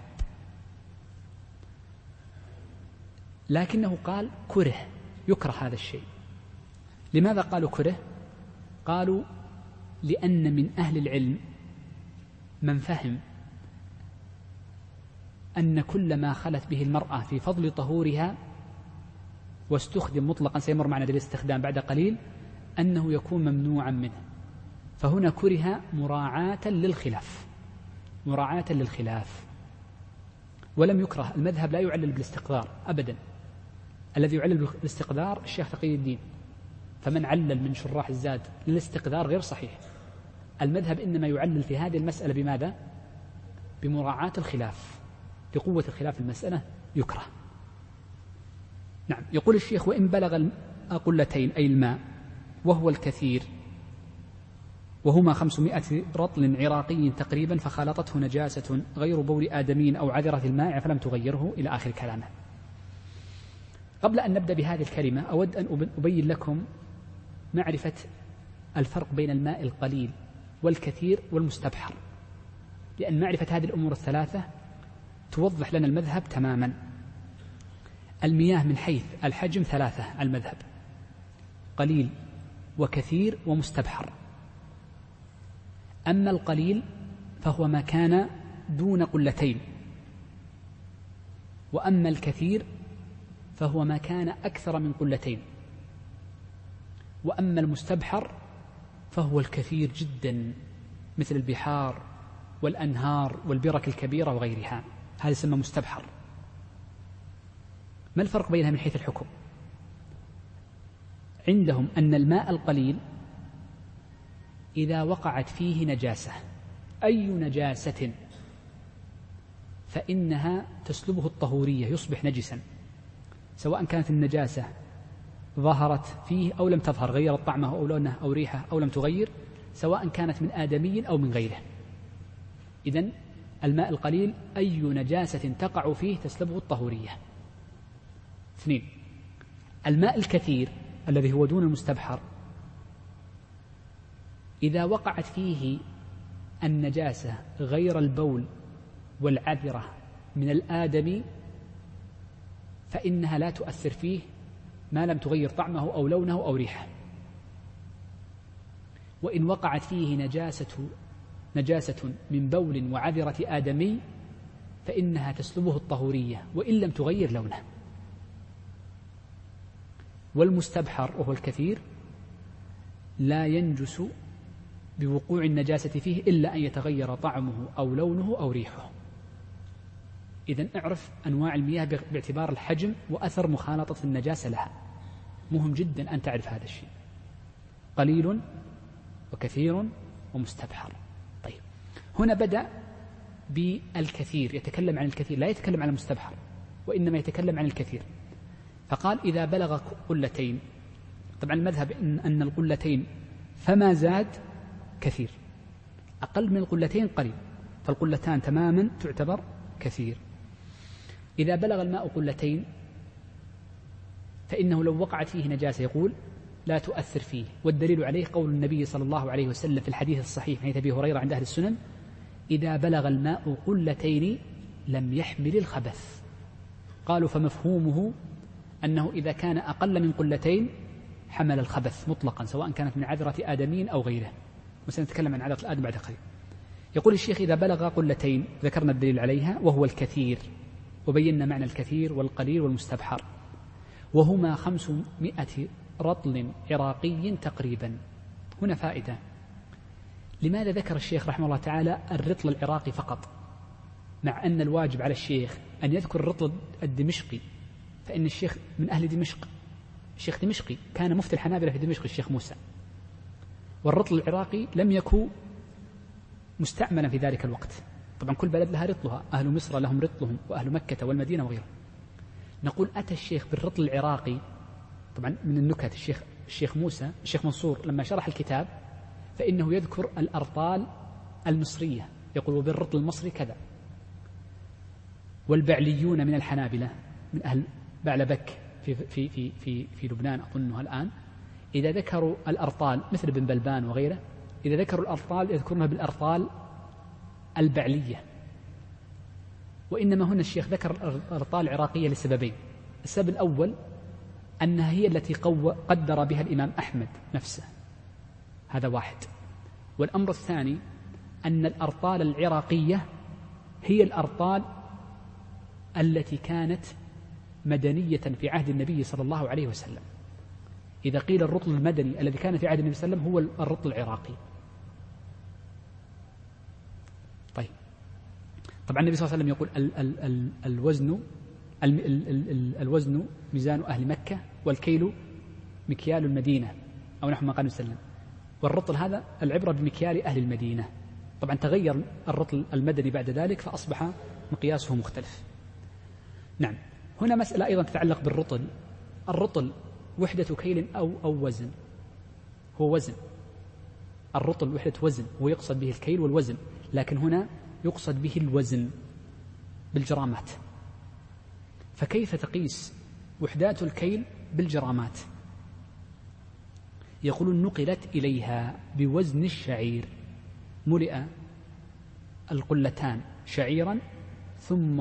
لكنه قال كره، يكره هذا الشيء. لماذا قالوا كره؟ قالوا لأن من أهل العلم من فهم أن كل ما خلت به المرأة في فضل طهورها واستخدم مطلقا، سيمر معنا بالاستخدام بعد قليل، أنه يكون ممنوعا منه، فهنا كره مراعاة للخلاف، ولم يكره. المذهب لا يعلل بالاستقذار أبدا، الذي يعلل بالاستقذار الشيخ تقي الدين، فمن علل من شراح الزاد للاستقذار غير صحيح. المذهب إنما يعلل في هذه المسألة بماذا؟ بمراعاة الخلاف، لقوة الخلاف المسألة يكره. نعم. يقول الشيخ وإن بلغ القلتين أي الماء وهو الكثير، وهما 500 رطل عراقي تقريبا، فخالطته نجاسة غير بول آدمي أو عذرة الماء فلم تغيره، إلى آخر كلامه. قبل أن نبدأ بهذه الكلمة أود أن أبين لكم معرفة الفرق بين الماء القليل والكثير والمستبحر. لأن معرفة هذه الأمور الثلاثة توضح لنا المذهب تماما. المياه من حيث الحجم ثلاثة المذهب: قليل وكثير ومستبحر. أما القليل فهو ما كان دون قلتين، وأما الكثير فهو ما كان أكثر من قلتين، وأما المستبحر فهو الكثير جدا مثل البحار والأنهار والبرك الكبيرة وغيرها، هذا يسمى مستبحر. ما الفرق بينها من حيث الحكم؟ عندهم أن الماء القليل إذا وقعت فيه نجاسة، أي نجاسة، فإنها تسلبه الطهورية، يصبح نجسا، سواء كانت النجاسة ظهرت فيه أو لم تظهر، غيرت طعمه أو لونه أو ريحه أو لم تغير، سواء كانت من آدمي أو من غيره. إذن الماء القليل أي نجاسة تقع فيه تسلبه الطهورية. 2. الماء الكثير الذي هو دون المستبحر إذا وقعت فيه النجاسة غير البول والعذرة من الآدمي فإنها لا تؤثر فيه ما لم تغير طعمه أو لونه أو ريحه. وإن وقعت فيه نجاسة من بول وعذرة آدمي فإنها تسلبه الطهورية وإن لم تغير لونه. والمستبحر وهو الكثير لا ينجس بوقوع النجاسة فيه إلا أن يتغير طعمه أو لونه أو ريحه. إذن اعرف أنواع المياه باعتبار الحجم وأثر مخالطة النجاسة لها، مهم جدا أن تعرف هذا الشيء: قليل وكثير ومستبحر. طيب، هنا بدأ بالكثير، يتكلم عن الكثير، لا يتكلم عن المستبحر وإنما يتكلم عن الكثير. فقال إذا بلغ قلتين. طبعا المذهب أن القلتين فما زاد كثير، أقل من القلتين قليل، فالقلتان تماما تعتبر كثير. إذا بلغ الماء قلتين فإنه لو وقعت فيه نجاسة يقول لا تؤثر فيه، والدليل عليه قول النبي صلى الله عليه وسلم في الحديث الصحيح عن أبي هريرة عند أهل السنن: إذا بلغ الماء قلتين لم يحمل الخبث. قالوا فمفهومه أنه إذا كان أقل من قلتين حمل الخبث مطلقا، سواء كانت من عذرة آدمين أو غيره، وسنتكلم عن عذرة الآدم بعد قليل. يقول الشيخ إذا بلغ قلتين، ذكرنا الدليل عليها وهو الكثير، وبينا معنى الكثير والقليل والمستبحر، وهما 500 رطل عراقي تقريبا. هنا فائدة: لماذا ذكر الشيخ رحمه الله تعالى الرطل العراقي فقط، مع أن الواجب على الشيخ أن يذكر الرطل الدمشقي، فإن الشيخ من أهل دمشق، الشيخ دمشقي، كان مفتي الحنابلة في دمشق الشيخ موسى، والرطل العراقي لم يكن مستعملا في ذلك الوقت. طبعا كل بلد لها رطلها، أهل مصر لهم رطلهم، وأهل مكة والمدينة وغيرهم. نقول أتى الشيخ بالرطل العراقي. طبعا من النكت الشيخ موسى، الشيخ منصور لما شرح الكتاب فإنه يذكر الأرطال المصرية، يقول وبالرطل المصري كذا. والبعليون من الحنابلة من أهل بعلبك في لبنان أظنها الآن، إذا ذكروا الأرطال مثل ابن بلبان وغيره، إذا ذكروا الأرطال يذكرونها بالأرطال البعلية. وإنما هنا الشيخ ذكر الأرطال العراقية لسببين: السبب الأول أنها هي التي قدر بها الإمام أحمد نفسه، هذا واحد. والأمر الثاني أن الأرطال العراقية هي الأرطال التي كانت مدنية في عهد النبي صلى الله عليه وسلم. إذا قيل الرطل المدني الذي كان في عهد النبي صلى الله عليه وسلم هو الرطل العراقي. طيب، طبعا النبي صلى الله عليه وسلم يقول الوزن ميزان أهل مكة والكيل مكيال المدينة، أو نحو ما قال وسلم. والرطل هذا العبرة بمكيال أهل المدينة. طبعا تغير الرطل المدني بعد ذلك فأصبح مقياسه مختلف. نعم، هنا مسألة أيضا تتعلق بالرطل. الرطل وحدة كيل أو وزن، هو وزن. الرطل وحدة وزن، ويقصد به الكيل والوزن، لكن هنا يقصد به الوزن بالجرامات. فكيف تقيس وحدات الكيل بالجرامات؟ يقولون نقلت إليها بوزن الشعير، ملئ القلتان شعيرا ثم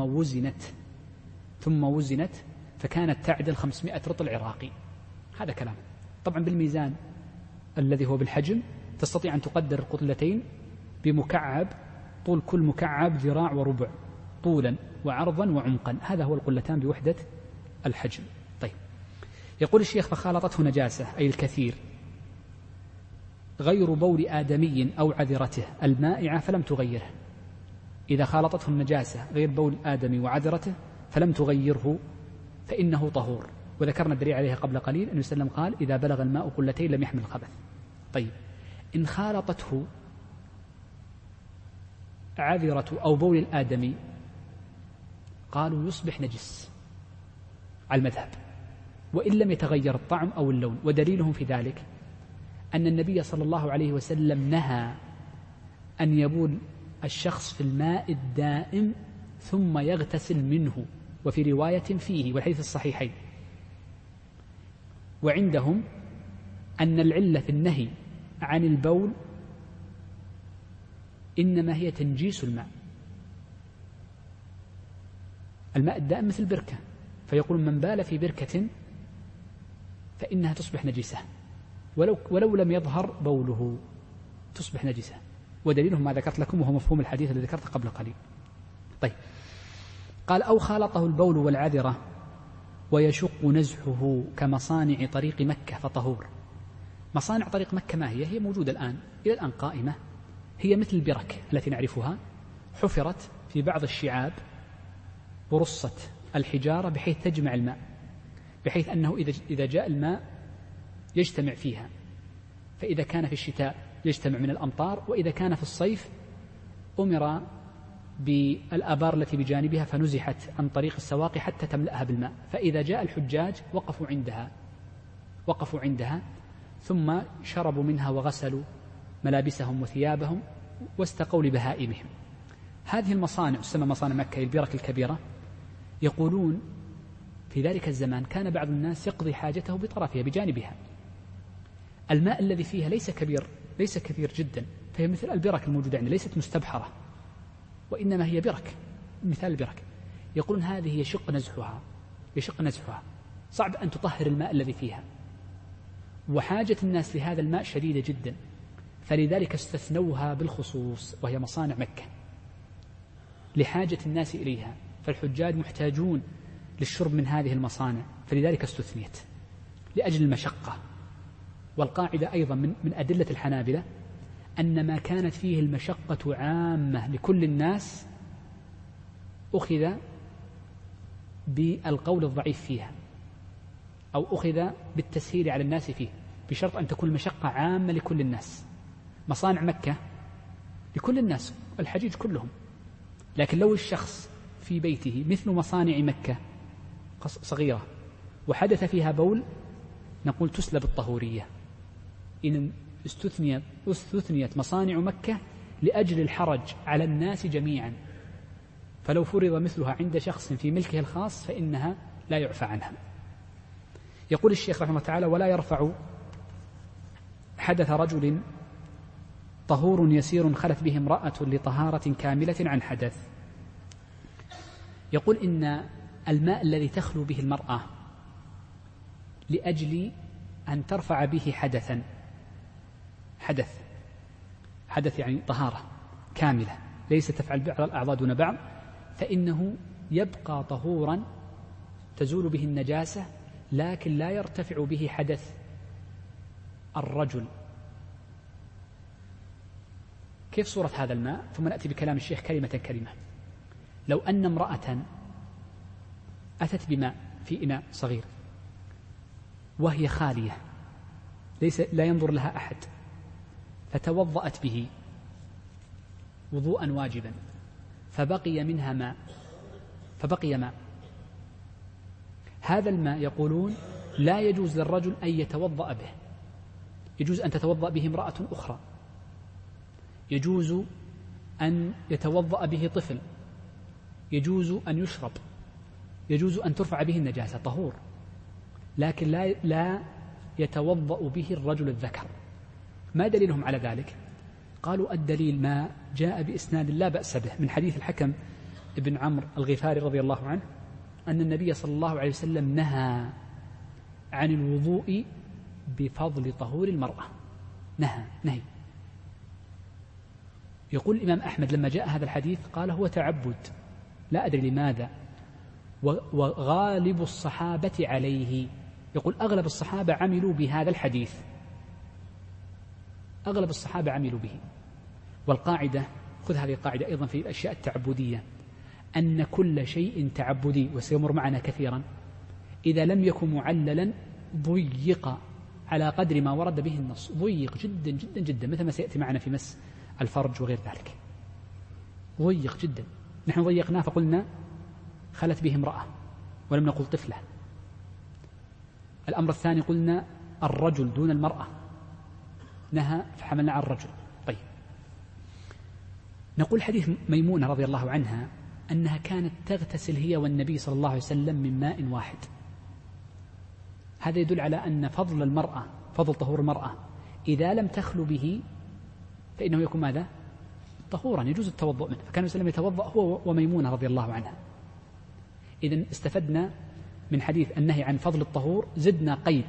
وزنت فكانت تعدل 500 رطل عراقي. هذا كلام. طبعا بالميزان الذي هو بالحجم تستطيع أن تقدر القلتين بمكعب، طول كل مكعب ذراع وربع طولا وعرضا وعمقا، هذا هو القلتان بوحدة الحجم. طيب، يقول الشيخ: فخالطته نجاسة أي الكثير غير بول آدمي أو عذرته المائعة فلم تغيره. إذا خالطته النجاسة غير بول آدمي وعذرته فلم تغيره فإنه طهور. وذكرنا الدليل عليها قبل قليل، أن وسلم قال: إذا بلغ الماء قلتين لم يحمل الخبث. طيب، إن خالطته عذرة أو بول الآدمي قالوا يصبح نجس على المذهب، وإن لم يتغير الطعم أو اللون. ودليلهم في ذلك أن النبي صلى الله عليه وسلم نهى أن يبول الشخص في الماء الدائم ثم يغتسل منه، وفي رواية فيه، والحديث الصحيحين. وعندهم أن العلة في النهي عن البول إنما هي تنجيس الماء الدائم مثل بركة، فيقول: من بال في بركة فإنها تصبح نجسة ولو لم يظهر بوله تصبح نجسة. ودليلهم ما ذكرت لكم، وهو مفهوم الحديث الذي ذكرته قبل قليل. طيب، قال: أو خالطه البول والعذرة ويشق نزحه كمصانع طريق مكة فطهور. مصانع طريق مكة ما هي موجودة الآن إلى الآن قائمة، هي مثل البرك التي نعرفها، حفرت في بعض الشعاب ورصت الحجارة بحيث تجمع الماء، بحيث أنه إذا جاء الماء يجتمع فيها، فإذا كان في الشتاء يجتمع من الأمطار، وإذا كان في الصيف أمر بالآبار التي بجانبها فنزحت عن طريق السواقي حتى تملأها بالماء، فإذا جاء الحجاج وقفوا عندها ثم شربوا منها وغسلوا ملابسهم وثيابهم واستقوا لبهائمهم. هذه المصانع تسمى مصانع مكة، البرك الكبيرة. يقولون في ذلك الزمان كان بعض الناس يقضي حاجته بطرفها بجانبها. الماء الذي فيها ليس كثير جدا، فهي مثل البرك الموجودة عندنا، ليست مستبحرة، وإنما هي برك، مثال البرك. يقولون هذه يشق نزحها، صعب أن تطهر الماء الذي فيها، وحاجة الناس لهذا الماء شديدة جدا، فلذلك استثنوها بالخصوص، وهي مصانع مكة لحاجة الناس إليها، فالحجاج محتاجون للشرب من هذه المصانع، فلذلك استثنيت لأجل المشقة. والقاعدة أيضا من أدلة الحنابلة أن ما كانت فيه المشقة عامة لكل الناس أخذ بالقول الضعيف فيها، أو أخذ بالتسهيل على الناس فيه، بشرط أن تكون المشقة عامة لكل الناس. مصانع مكة لكل الناس، الحجيج كلهم، لكن لو الشخص في بيته مثل مصانع مكة صغيرة وحدث فيها بول، نقول تسلب الطهورية. إن استثنيت مصانع مكة لأجل الحرج على الناس جميعا، فلو فرض مثلها عند شخص في ملكه الخاص فإنها لا يعفى عنها. يقول الشيخ رحمه الله تعالى: ولا يرفع حدث رجل طهور يسير خلت به امرأة لطهارة كاملة عن حدث. يقول إن الماء الذي تخلو به المرأة لأجل أن ترفع به حدث يعني طهارة كاملة ليس تفعل بعض الأعضاء دون بعض، فإنه يبقى طهورا تزول به النجاسة، لكن لا يرتفع به حدث الرجل. كيف صورة هذا الماء؟ ثم نأتي بكلام الشيخ كلمة. لو أن امرأة أتت بماء في إناء صغير وهي خالية لا ينظر لها أحد، فتوضأت به وضوءا واجبا، فبقي ماء، هذا الماء يقولون لا يجوز للرجل أن يتوضأ به، يجوز أن تتوضأ به امرأة أخرى، يجوز أن يتوضأ به طفل، يجوز أن يشرب، يجوز أن ترفع به النجاسة، طهور، لكن لا يتوضأ به الرجل الذكر. ما دليلهم على ذلك؟ قالوا الدليل ما جاء بإسناد لا بأس به من حديث الحكم ابن عمرو الغفاري رضي الله عنه أن النبي صلى الله عليه وسلم نهى عن الوضوء بفضل طهور المرأة، نهي. يقول الإمام أحمد لما جاء هذا الحديث قال هو تعبد، لا أدري لماذا، وغالب الصحابة عليه، يقول أغلب الصحابة عملوا بهذا الحديث، أغلب الصحابة عملوا به. والقاعدة، خذ هذه القاعدة أيضا في الأشياء التعبدية، أن كل شيء تعبدي وسيمر معنا كثيرا إذا لم يكن معللا ضيق على قدر ما ورد به النص، ضيق جدا جدا جدا، مثل ما سيأتي معنا في مس الفرج وغير ذلك، ضيق جدا. نحن ضيقناه فقلنا خلت به امرأة ولم نقل طفلة. الأمر الثاني قلنا الرجل دون المرأة، نهى فحملنا على الرجل. طيب، نقول حديث ميمونة رضي الله عنها أنها كانت تغتسل هي والنبي صلى الله عليه وسلم من ماء واحد. هذا يدل على أن فضل المرأة، فضل طهور المرأة إذا لم تخلو به فإنه يكون ماذا؟ طهورا، يجوز التوضؤ منه. فكان وسلم يتوضأ هو وميمونة رضي الله عنها. إذن استفدنا من حديث النهي عن فضل الطهور، زدنا قيد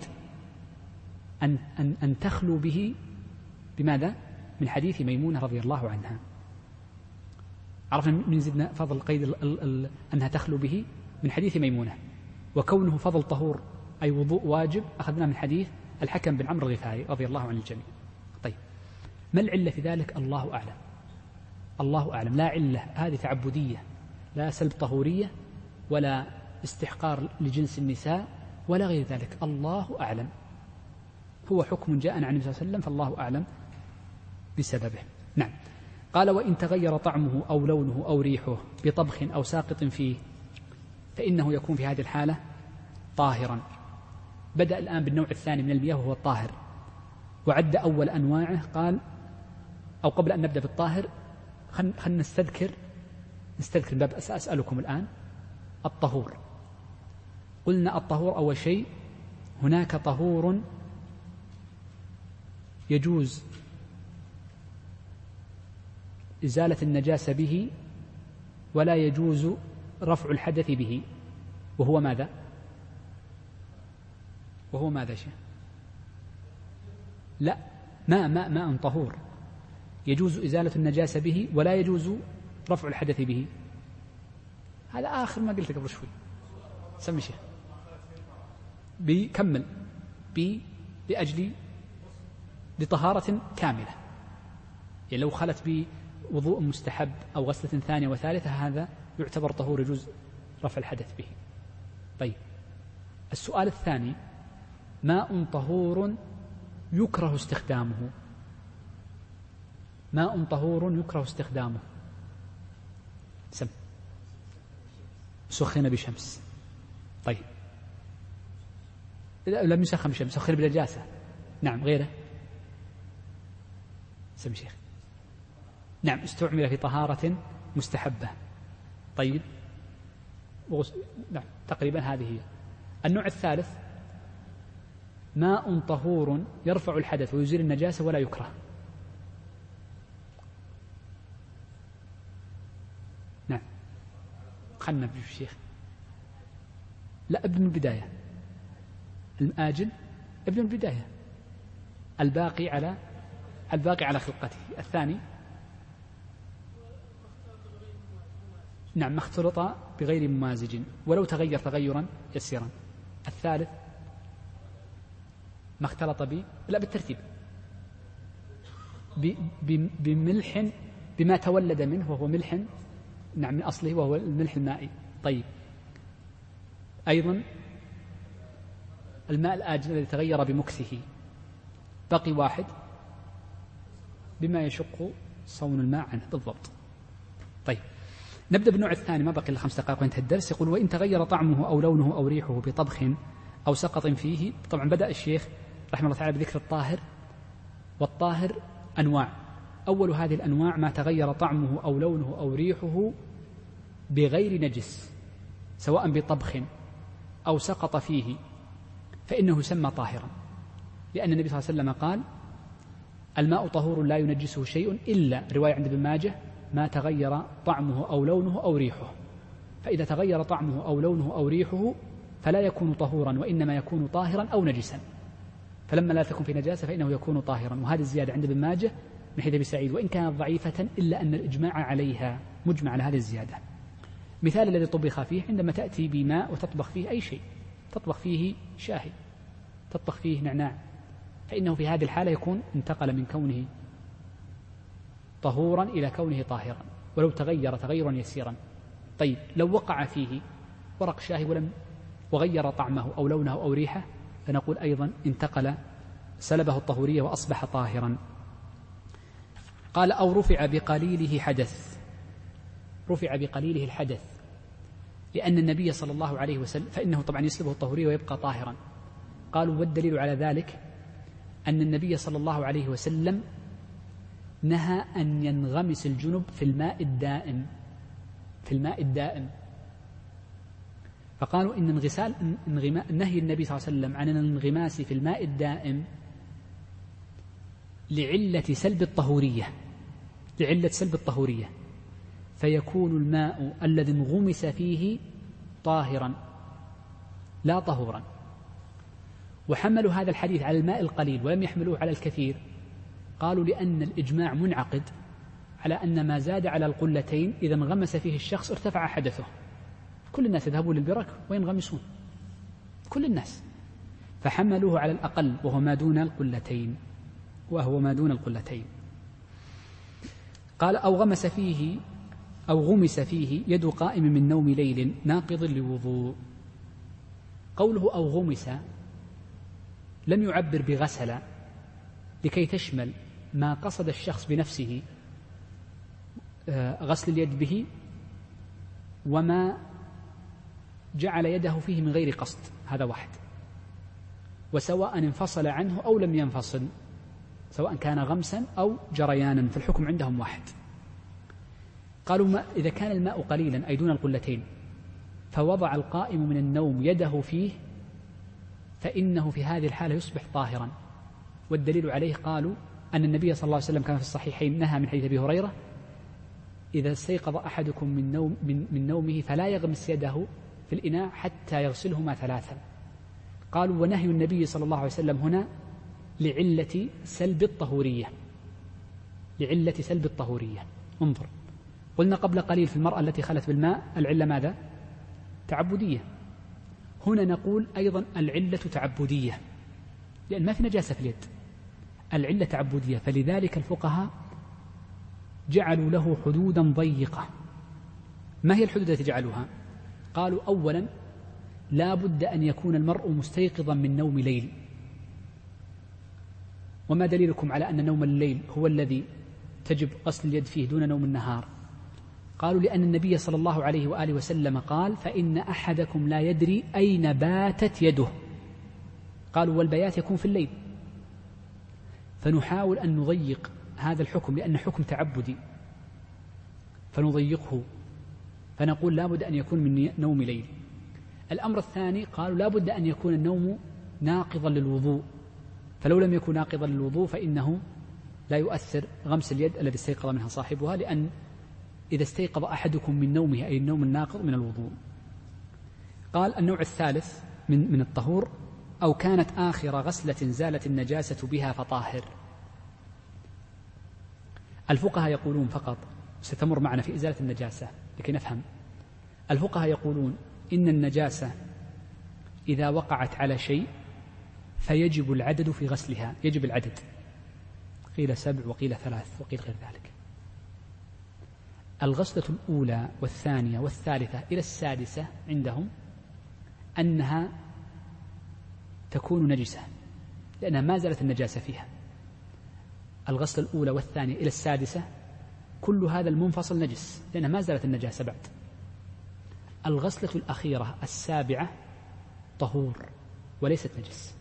أن تخلو به بماذا؟ من حديث ميمونة رضي الله عنها. عرفنا من زدنا فضل قيد أنها تخلو به من حديث ميمونة، وكونه فضل طهور أي وضوء واجب أخذنا من حديث الحكم بن عمرو الغفاري رضي الله عن الجميع. طيب، ما العلة في ذلك؟ الله أعلم، الله أعلم. لا علة، هذه تعبدية، لا سلب طهورية ولا استحقار لجنس النساء ولا غير ذلك، الله أعلم. هو حكم جاءنا عن النبي صلى الله عليه وسلم، فالله أعلم بسببه. نعم. قال وإن تغير طعمه أو لونه أو ريحه بطبخ أو ساقط فيه فإنه يكون في هذه الحالة طاهرا. بدأ الآن بالنوع الثاني من المياه وهو الطاهر، وعد أول أنواعه. قال أو قبل أن نبدأ بالطاهر خلنا نستذكر باب أسألكم الآن الطهور. قلنا الطهور أول شيء هناك طهور يجوز إزالة النجاسة به ولا يجوز رفع الحدث به، وهو ماذا؟ وهو ماذا شيء؟ لا، ماء طهور يجوز إزالة النجاسة به ولا يجوز رفع الحدث به. هذا آخر ما قلت قبل شوي. سمي شيء بكمل لأجل لطهارة كاملة. يعني لو خلت بوضوء مستحب أو غسلة ثانية وثالثة هذا يعتبر طهور يجوز رفع الحدث به. طيب، السؤال الثاني ماء طهور يكره استخدامه، ماء طهور يكره استخدامه. سخن بشمس. طيب، لم يسخن بشمس، سخن بنجاسة. نعم، غيره سمي شيخ. نعم، استعمل في طهارة مستحبة. طيب، نعم، تقريبا هذه هي. النوع الثالث ماء طهور يرفع الحدث ويزيل النجاسة ولا يكره. نعم، خلنا بالشيخ. لا، ابن البداية، الآجل ابن البداية، الباقي على خلقته. الثاني نعم، ما اختلط بغير ممازج ولو تغير تغيرا يسيرا. الثالث ما اختلط لا بالترتيب، بملح، بما تولد منه وهو ملح، نعم، من أصله وهو الملح المائي. طيب، أيضا الماء الآجل الذي تغير بمكثه. بقي واحد بما يشق صون الماء عنه بالضبط. طيب، نبدأ بالنوع الثاني، ما بقي إلا 5 دقائق وينتهي الدرس. يقول وإن تغير طعمه أو لونه أو ريحه بطبخ أو سقط فيه. طبعا بدأ الشيخ رحمه الله تعالى بذكر الطاهر، والطاهر أنواع. أول هذه الأنواع ما تغير طعمه أو لونه أو ريحه بغير نجس سواء بطبخ أو سقط فيه فإنه يسمى طاهرا، لأن النبي صلى الله عليه وسلم قال الماء طهور لا ينجسه شيء إلا، رواية عند ابن ماجه، ما تغير طعمه أو لونه أو ريحه. فإذا تغير طعمه أو لونه أو ريحه فلا يكون طهورا، وإنما يكون طاهرا أو نجسا. فلما لا تكون في نجاسة فإنه يكون طاهرا. وهذه الزيادة عند ابن ماجه من حديث أبي سعيد، وإن كانت ضعيفة إلا أن الإجماع عليها، مجمع على هذه الزيادة. مثال الذي طبخ فيه: عندما تأتي بماء وتطبخ فيه أي شيء، تطبخ فيه شاهي، تطبخ فيه نعناع، فإنه في هذه الحالة يكون انتقل من كونه طهورا إلى كونه طاهرا، ولو تغير تغيرا يسيرا. طيب لو وقع فيه ورق شاهي وغير طعمه أو لونه أو ريحه، فنقول أيضا انتقل، سلبه الطهورية وأصبح طاهرا. قال: أو رفع بقليله حدث. رفع بقليله الحدث لأن النبي صلى الله عليه وسلم، فإنه طبعا يسلبه الطهورية ويبقى طاهرا. قالوا: والدليل على ذلك أن النبي صلى الله عليه وسلم نهى أن ينغمس الجنب في الماء الدائم، في الماء الدائم. فقالوا إن نهي النبي صلى الله عليه وسلم عن الانغماس في الماء الدائم لعلة سلب الطهورية، لعلة سلب الطهورية، فيكون الماء الذي انغمس فيه طاهرا لا طهورا. وحملوا هذا الحديث على الماء القليل ولم يحملوه على الكثير. قالوا لأن الإجماع منعقد على أن ما زاد على القلتين إذا انغمس فيه الشخص ارتفع حدثه. كل الناس يذهبون للبرك وينغمسون، كل الناس، فحملوه على الأقل وهو ما دون القلتين، وهو ما دون القلتين. قال: أو غمس فيه يد قائم من نوم ليل ناقض لوضوء. قوله أو غمس لم يعبر بغسل لكي تشمل ما قصد الشخص بنفسه غسل اليد به، وما جعل يده فيه من غير قصد، هذا واحد. وسواء انفصل عنه أو لم ينفصل، سواء كان غمسا أو جريانا، فالحكم عندهم واحد. قالوا: إذا كان الماء قليلا أي دون القلتين فوضع القائم من النوم يده فيه فإنه في هذه الحالة يصبح طاهرا. والدليل عليه قالوا أن النبي صلى الله عليه وسلم كان في الصحيحين نهى من حديث أبي هريرة: إذا استيقظ أحدكم من نومه فلا يغمس يده في الإناء حتى يغسلهما ثلاثا. قالوا: ونهي النبي صلى الله عليه وسلم هنا لعلة سلب الطهورية، لعلة سلب الطهورية. انظر، قلنا قبل قليل في المرأة التي خلت بالماء العلة ماذا؟ تعبدية. هنا نقول أيضا العلة تعبدية، لأن ما في نجاسة في اليد، العلة تعبدية. فلذلك الفقهاء جعلوا له حدودا ضيقة. ما هي الحدود التي جعلوها؟ قالوا: أولا لا بد أن يكون المرء مستيقظا من نوم ليل. وما دليلكم على أن نوم الليل هو الذي تجب غسل اليد فيه دون نوم النهار؟ قالوا: لأن النبي صلى الله عليه وآله وسلم قال: فإن أحدكم لا يدري أين باتت يده. قالوا: والبيات يكون في الليل. فنحاول أن نضيق هذا الحكم لأن حكم تعبدي، فنضيقه، فنقول لا بد أن يكون من نوم ليل. الأمر الثاني قالوا: لا بد أن يكون النوم ناقضا للوضوء، فلو لم يكن ناقضا للوضوء فإنه لا يؤثر غمس اليد الذي استيقظ منها صاحبها، لأن إذا استيقظ أحدكم من نومه أي النوم الناقض من الوضوء. قال: النوع الثالث من الطهور: أو كانت آخر غسلة زالت النجاسة بها فطاهر. الفقهاء يقولون فقط، ستمر معنا في إزالة النجاسة لكي نفهم. الفقهاء يقولون إن النجاسة إذا وقعت على شيء فيجب العدد في غسلها، يجب العدد، قيل 7 وقيل 3 وقيل غير ذلك. الغسلة الأولى والثانية والثالثة إلى السادسة عندهم أنها تكون نجسة لأنها ما زالت النجاسة فيها. الغسلة الأولى والثانية إلى السادسة كل هذا المنفصل نجس لأنها ما زالت النجاسة بعد. الغسلة الأخيرة السابعة طهور وليست نجس،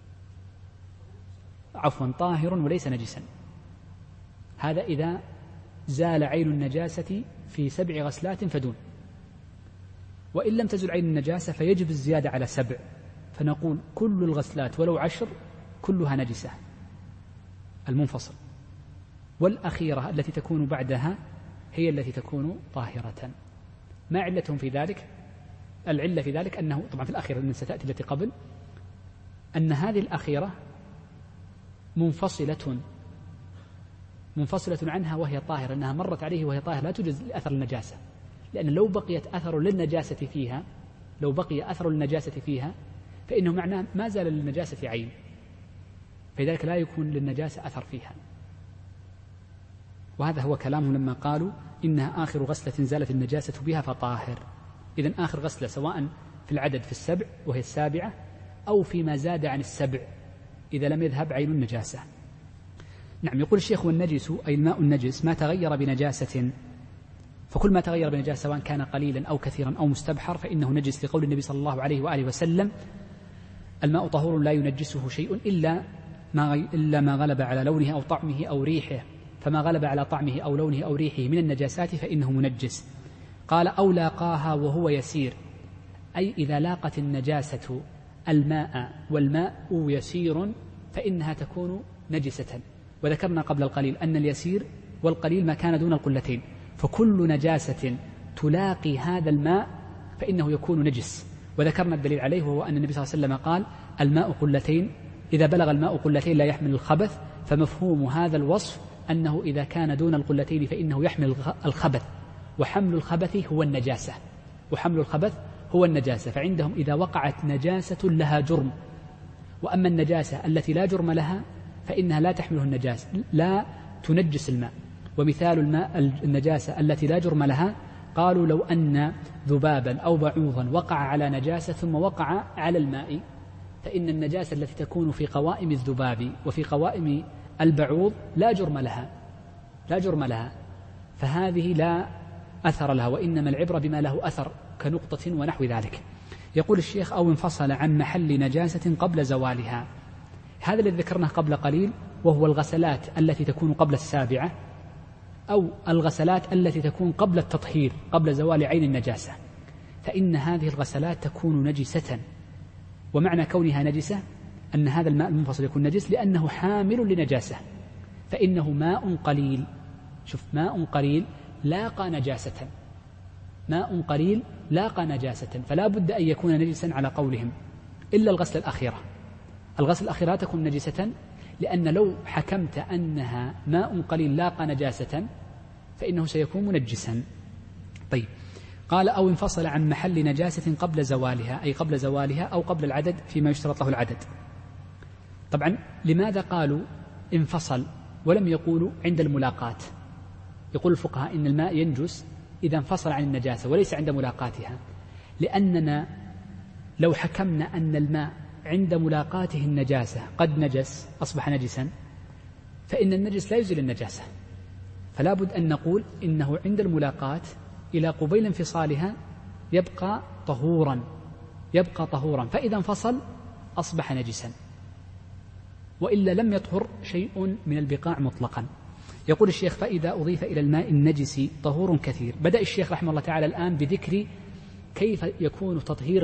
عفوا طاهر وليس نجسا. هذا إذا زال عين النجاسة في 7 غسلات فدون. وإن لم تزل عين النجاسة فيجب الزيادة على 7، فنقول كل الغسلات ولو 10 كلها نجسة. المنفصل، والأخيرة التي تكون بعدها هي التي تكون طاهرة. ما علتهم في ذلك؟ العلة في ذلك أنه طبعا في الأخيرة من ستأتي التي قبل أن هذه الأخيرة منفصلة عنها وهي طاهرة، أنها مرت عليه وهي طاهرة لا توجد أثر النجاسة، لأن لو بقي أثر للنجاسة فيها فإنه معناه ما زال للنجاسة عين، فلذلك لا يكون للنجاسة أثر فيها. وهذا هو كلامهم لما قالوا إنها آخر غسلة زالت النجاسة بها فطاهر. إذن آخر غسلة سواء في العدد في 7 وهي 7 أو فيما زاد عن 7 إذا لم يذهب عين النجاسة. نعم. يقول الشيخ: والنجس أي الماء النجس ما تغير بنجاسة، فكل ما تغير بنجاسة سواء كان قليلا أو كثيرا أو مستبحر فإنه نجس، لقول النبي صلى الله عليه وآله وسلم: الماء طهور لا ينجسه شيء إلا ما غلب على لونه أو طعمه أو ريحه، فما غلب على طعمه أو لونه أو ريحه من النجاسات فإنه منجس. قال: أو لاقاها وهو يسير، أي إذا لاقت النجاسة الماء والماء يسير فإنها تكون نجسة. وذكرنا قبل القليل أن اليسير والقليل ما كان دون القلتين، فكل نجاسة تلاقي هذا الماء فإنه يكون نجس. وذكرنا الدليل عليه وهو أن النبي صلى الله عليه وسلم قال: الماء قلتين، إذا بلغ الماء قلتين لا يحمل الخبث، فمفهوم هذا الوصف أنه إذا كان دون القلتين فإنه يحمل الخبث، وحمل الخبث هو النجاسة. فعندهم إذا وقعت نجاسة لها جرم، وأما النجاسة التي لا جرم لها فإنها لا تحمله النجاسة، لا تنجس الماء. ومثال الماء النجاسة التي لا جرم لها قالوا: لو أن ذبابا أو بعوضا وقع على نجاسة ثم وقع على الماء، فإن النجاسة التي تكون في قوائم الذباب وفي قوائم البعوض لا جرم لها، فهذه لا أثر لها، وإنما العبرة بما له أثر كنقطة ونحو ذلك. يقول الشيخ: أو انفصل عن محل نجاسة قبل زوالها. هذا الذي ذكرناه قبل قليل، وهو الغسلات التي تكون قبل 7 أو الغسلات التي تكون قبل التطهير قبل زوال عين النجاسة، فإن هذه الغسلات تكون نجسة. ومعنى كونها نجسة أن هذا الماء المنفصل يكون نجس لأنه حامل لنجاسة، فإنه ماء قليل. شوف، ماء قليل لاقى نجاسة، فلا بد أن يكون نجسا على قولهم، إلا الغسل الأخيرة تكون نجسة، لأن لو حكمت أنها ماء قليل لاقى نجاسة فإنه سيكون منجسا. طيب، قال: أو انفصل عن محل نجاسة قبل زوالها، أي قبل زوالها أو قبل العدد فيما يشترط له العدد. طبعا لماذا قالوا انفصل ولم يقولوا عند الملاقاة؟ يقول الفقهاء إن الماء ينجس إذا انفصل عن النجاسة وليس عند ملاقاتها، لأننا لو حكمنا أن الماء عند ملاقاته النجاسة قد نجس أصبح نجسا، فإن النجس لا يزيل النجاسة، فلا بد أن نقول إنه عند الملاقاة إلى قبيل انفصالها يبقى طهورا، فإذا انفصل أصبح نجسا، وإلا لم يطهر شيء من البقاع مطلقا. يقول الشيخ: فإذا أضيف إلى الماء النجس طهور كثير. بدأ الشيخ رحمه الله تعالى الآن بذكر كيف يكون تطهير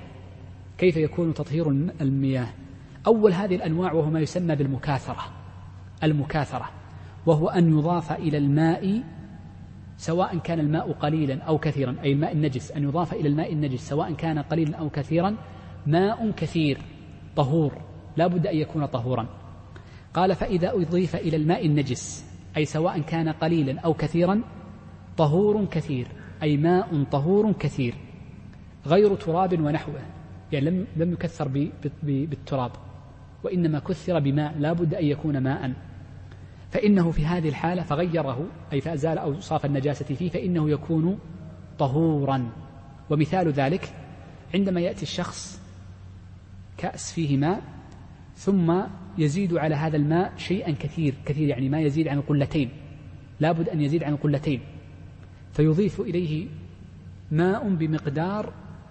المياه. أول هذه الأنواع وهو ما يسمى بالمكاثرة، وهو أن يضاف إلى الماء سواء كان الماء قليلا أو كثيرا، أي الماء النجس أن يضاف إلى الماء النجس سواء كان قليلا أو كثيرا ماء كثير طهور، لا بد أن يكون طهورا. قال: فإذا أضيف إلى الماء النجس أي سواء كان قليلا أو كثيرا طهور كثير، أي ماء طهور كثير غير تراب ونحوه، يعني لم يكثر بالتراب وإنما كثر بماء، لا بد أن يكون ماء، فإنه في هذه الحالة فغيره أي فأزال أو صاف النجاسة فيه فإنه يكون طهورا. ومثال ذلك عندما يأتي الشخص كأس فيه ماء ثم يزيد على هذا الماء شيئا كثير يعني ما يزيد عن القلتين، لا بد أن يزيد عن القلتين، فيضيف إليه ماء بمقدار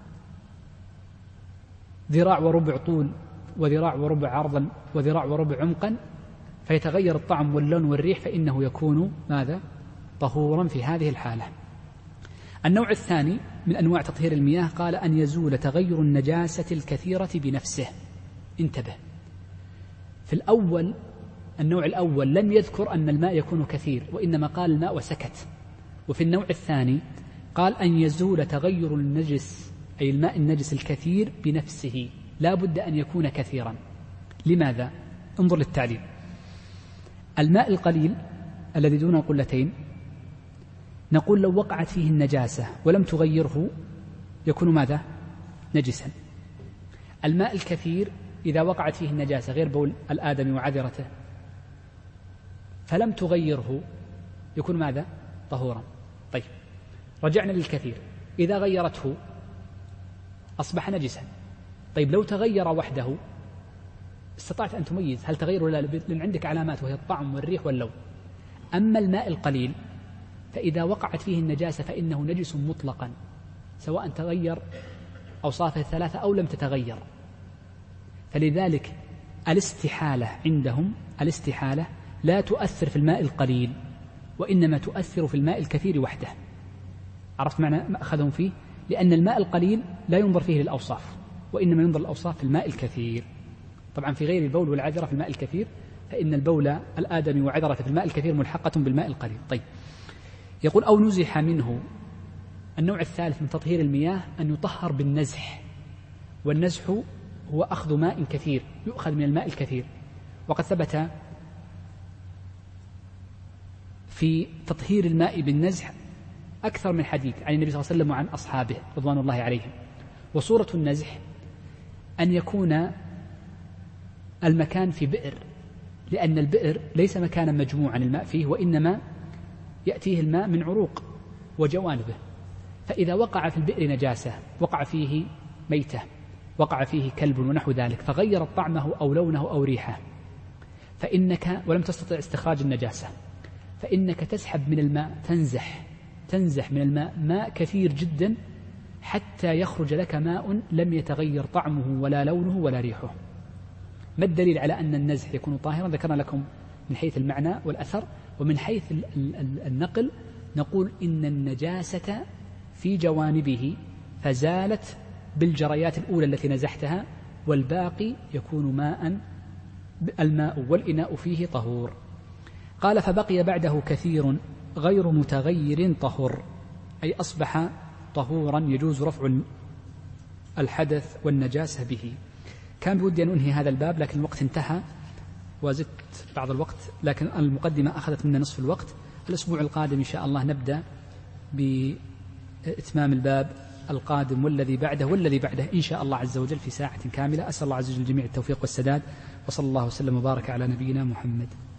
ذراع وربع طول وذراع وربع عرضا وذراع وربع عمقا، فيتغير الطعم واللون والريح، فإنه يكون ماذا؟ طهورا في هذه الحالة. النوع الثاني من أنواع تطهير المياه قال: أن يزول تغير النجاسة الكثيرة بنفسه. انتبه، في الأول النوع الأول لم يذكر أن الماء يكون كثير، وإنما قال الماء وسكت. وفي النوع الثاني قال أن يزول تغير النجس، أي الماء النجس الكثير بنفسه، لا بد أن يكون كثيرا. لماذا؟ انظر للتعليل. الماء القليل الذي دون القلتين نقول لو وقعت فيه النجاسة ولم تغيره يكون ماذا؟ نجسا. الماء الكثير إذا وقعت فيه النجاسة غير بول الآدمي وعذرته فلم تغيره يكون ماذا؟ طهورا. طيب رجعنا للكثير، إذا غيرته أصبح نجسا. طيب لو تغير وحده استطعت أن تميز هل تغير ولا لا، لأن عندك علامات وهي الطعم والريح واللون. أما الماء القليل فإذا وقعت فيه النجاسة فإنه نجس مطلقا، سواء تغير أوصافه الثلاثة أو لم تتغير. فلذلك الاستحالة عندهم، الاستحالة لا تؤثر في الماء القليل، وإنما تؤثر في الماء الكثير وحده. عرفت معنى ما أخذهم فيه؟ لأن الماء القليل لا ينظر فيه للأوصاف، وإنما ينظر للأوصاف في الماء الكثير. طبعا في غير البول والعذرة في الماء الكثير، فإن البول الآدمي وعذرة في الماء الكثير ملحقة بالماء القليل. طيب يقول أو نزح منه. النوع الثالث من تطهير المياه أن يطهر بالنزح، والنزح هو أخذ ماء كثير، يؤخذ من الماء الكثير. وقد ثبت في تطهير الماء بالنزح أكثر من حديث عن النبي صلى الله عليه وسلم وعن أصحابه رضوان الله عليهم. وصورة النزح أن يكون المكان في بئر، لأن البئر ليس مكانا مجموعا الماء فيه، وإنما يأتيه الماء من عروق وجوانبه. فإذا وقع في البئر نجاسة، وقع فيه ميتة، وقع فيه كلب ونحو ذلك، فغيرت طعمه أو لونه أو ريحه، فإنك ولم تستطع استخراج النجاسة، فإنك تسحب من الماء، تنزح من الماء ماء كثير جدا حتى يخرج لك ماء لم يتغير طعمه ولا لونه ولا ريحه. ما الدليل على أن النزح يكون طاهرا؟ ذكرنا لكم من حيث المعنى والأثر، ومن حيث النقل نقول إن النجاسة في جوانبه فزالت بالجريات الأولى التي نزحتها، والباقي يكون ماء، الماء والإناء فيه طهور. قال فبقي بعده كثير غير متغير طهر، أي أصبح طهورا يجوز رفع الحدث والنجاسة به. كان بودي أن أنهي هذا الباب لكن الوقت انتهى وزدت بعض الوقت، لكن المقدمة أخذت منا نصف الوقت. الأسبوع القادم إن شاء الله نبدأ بإتمام الباب القادم والذي بعده والذي بعده إن شاء الله عز وجل في ساعة كاملة. أسأل الله عز وجل الجميع التوفيق والسداد، وصلى الله وسلم وبارك على نبينا محمد.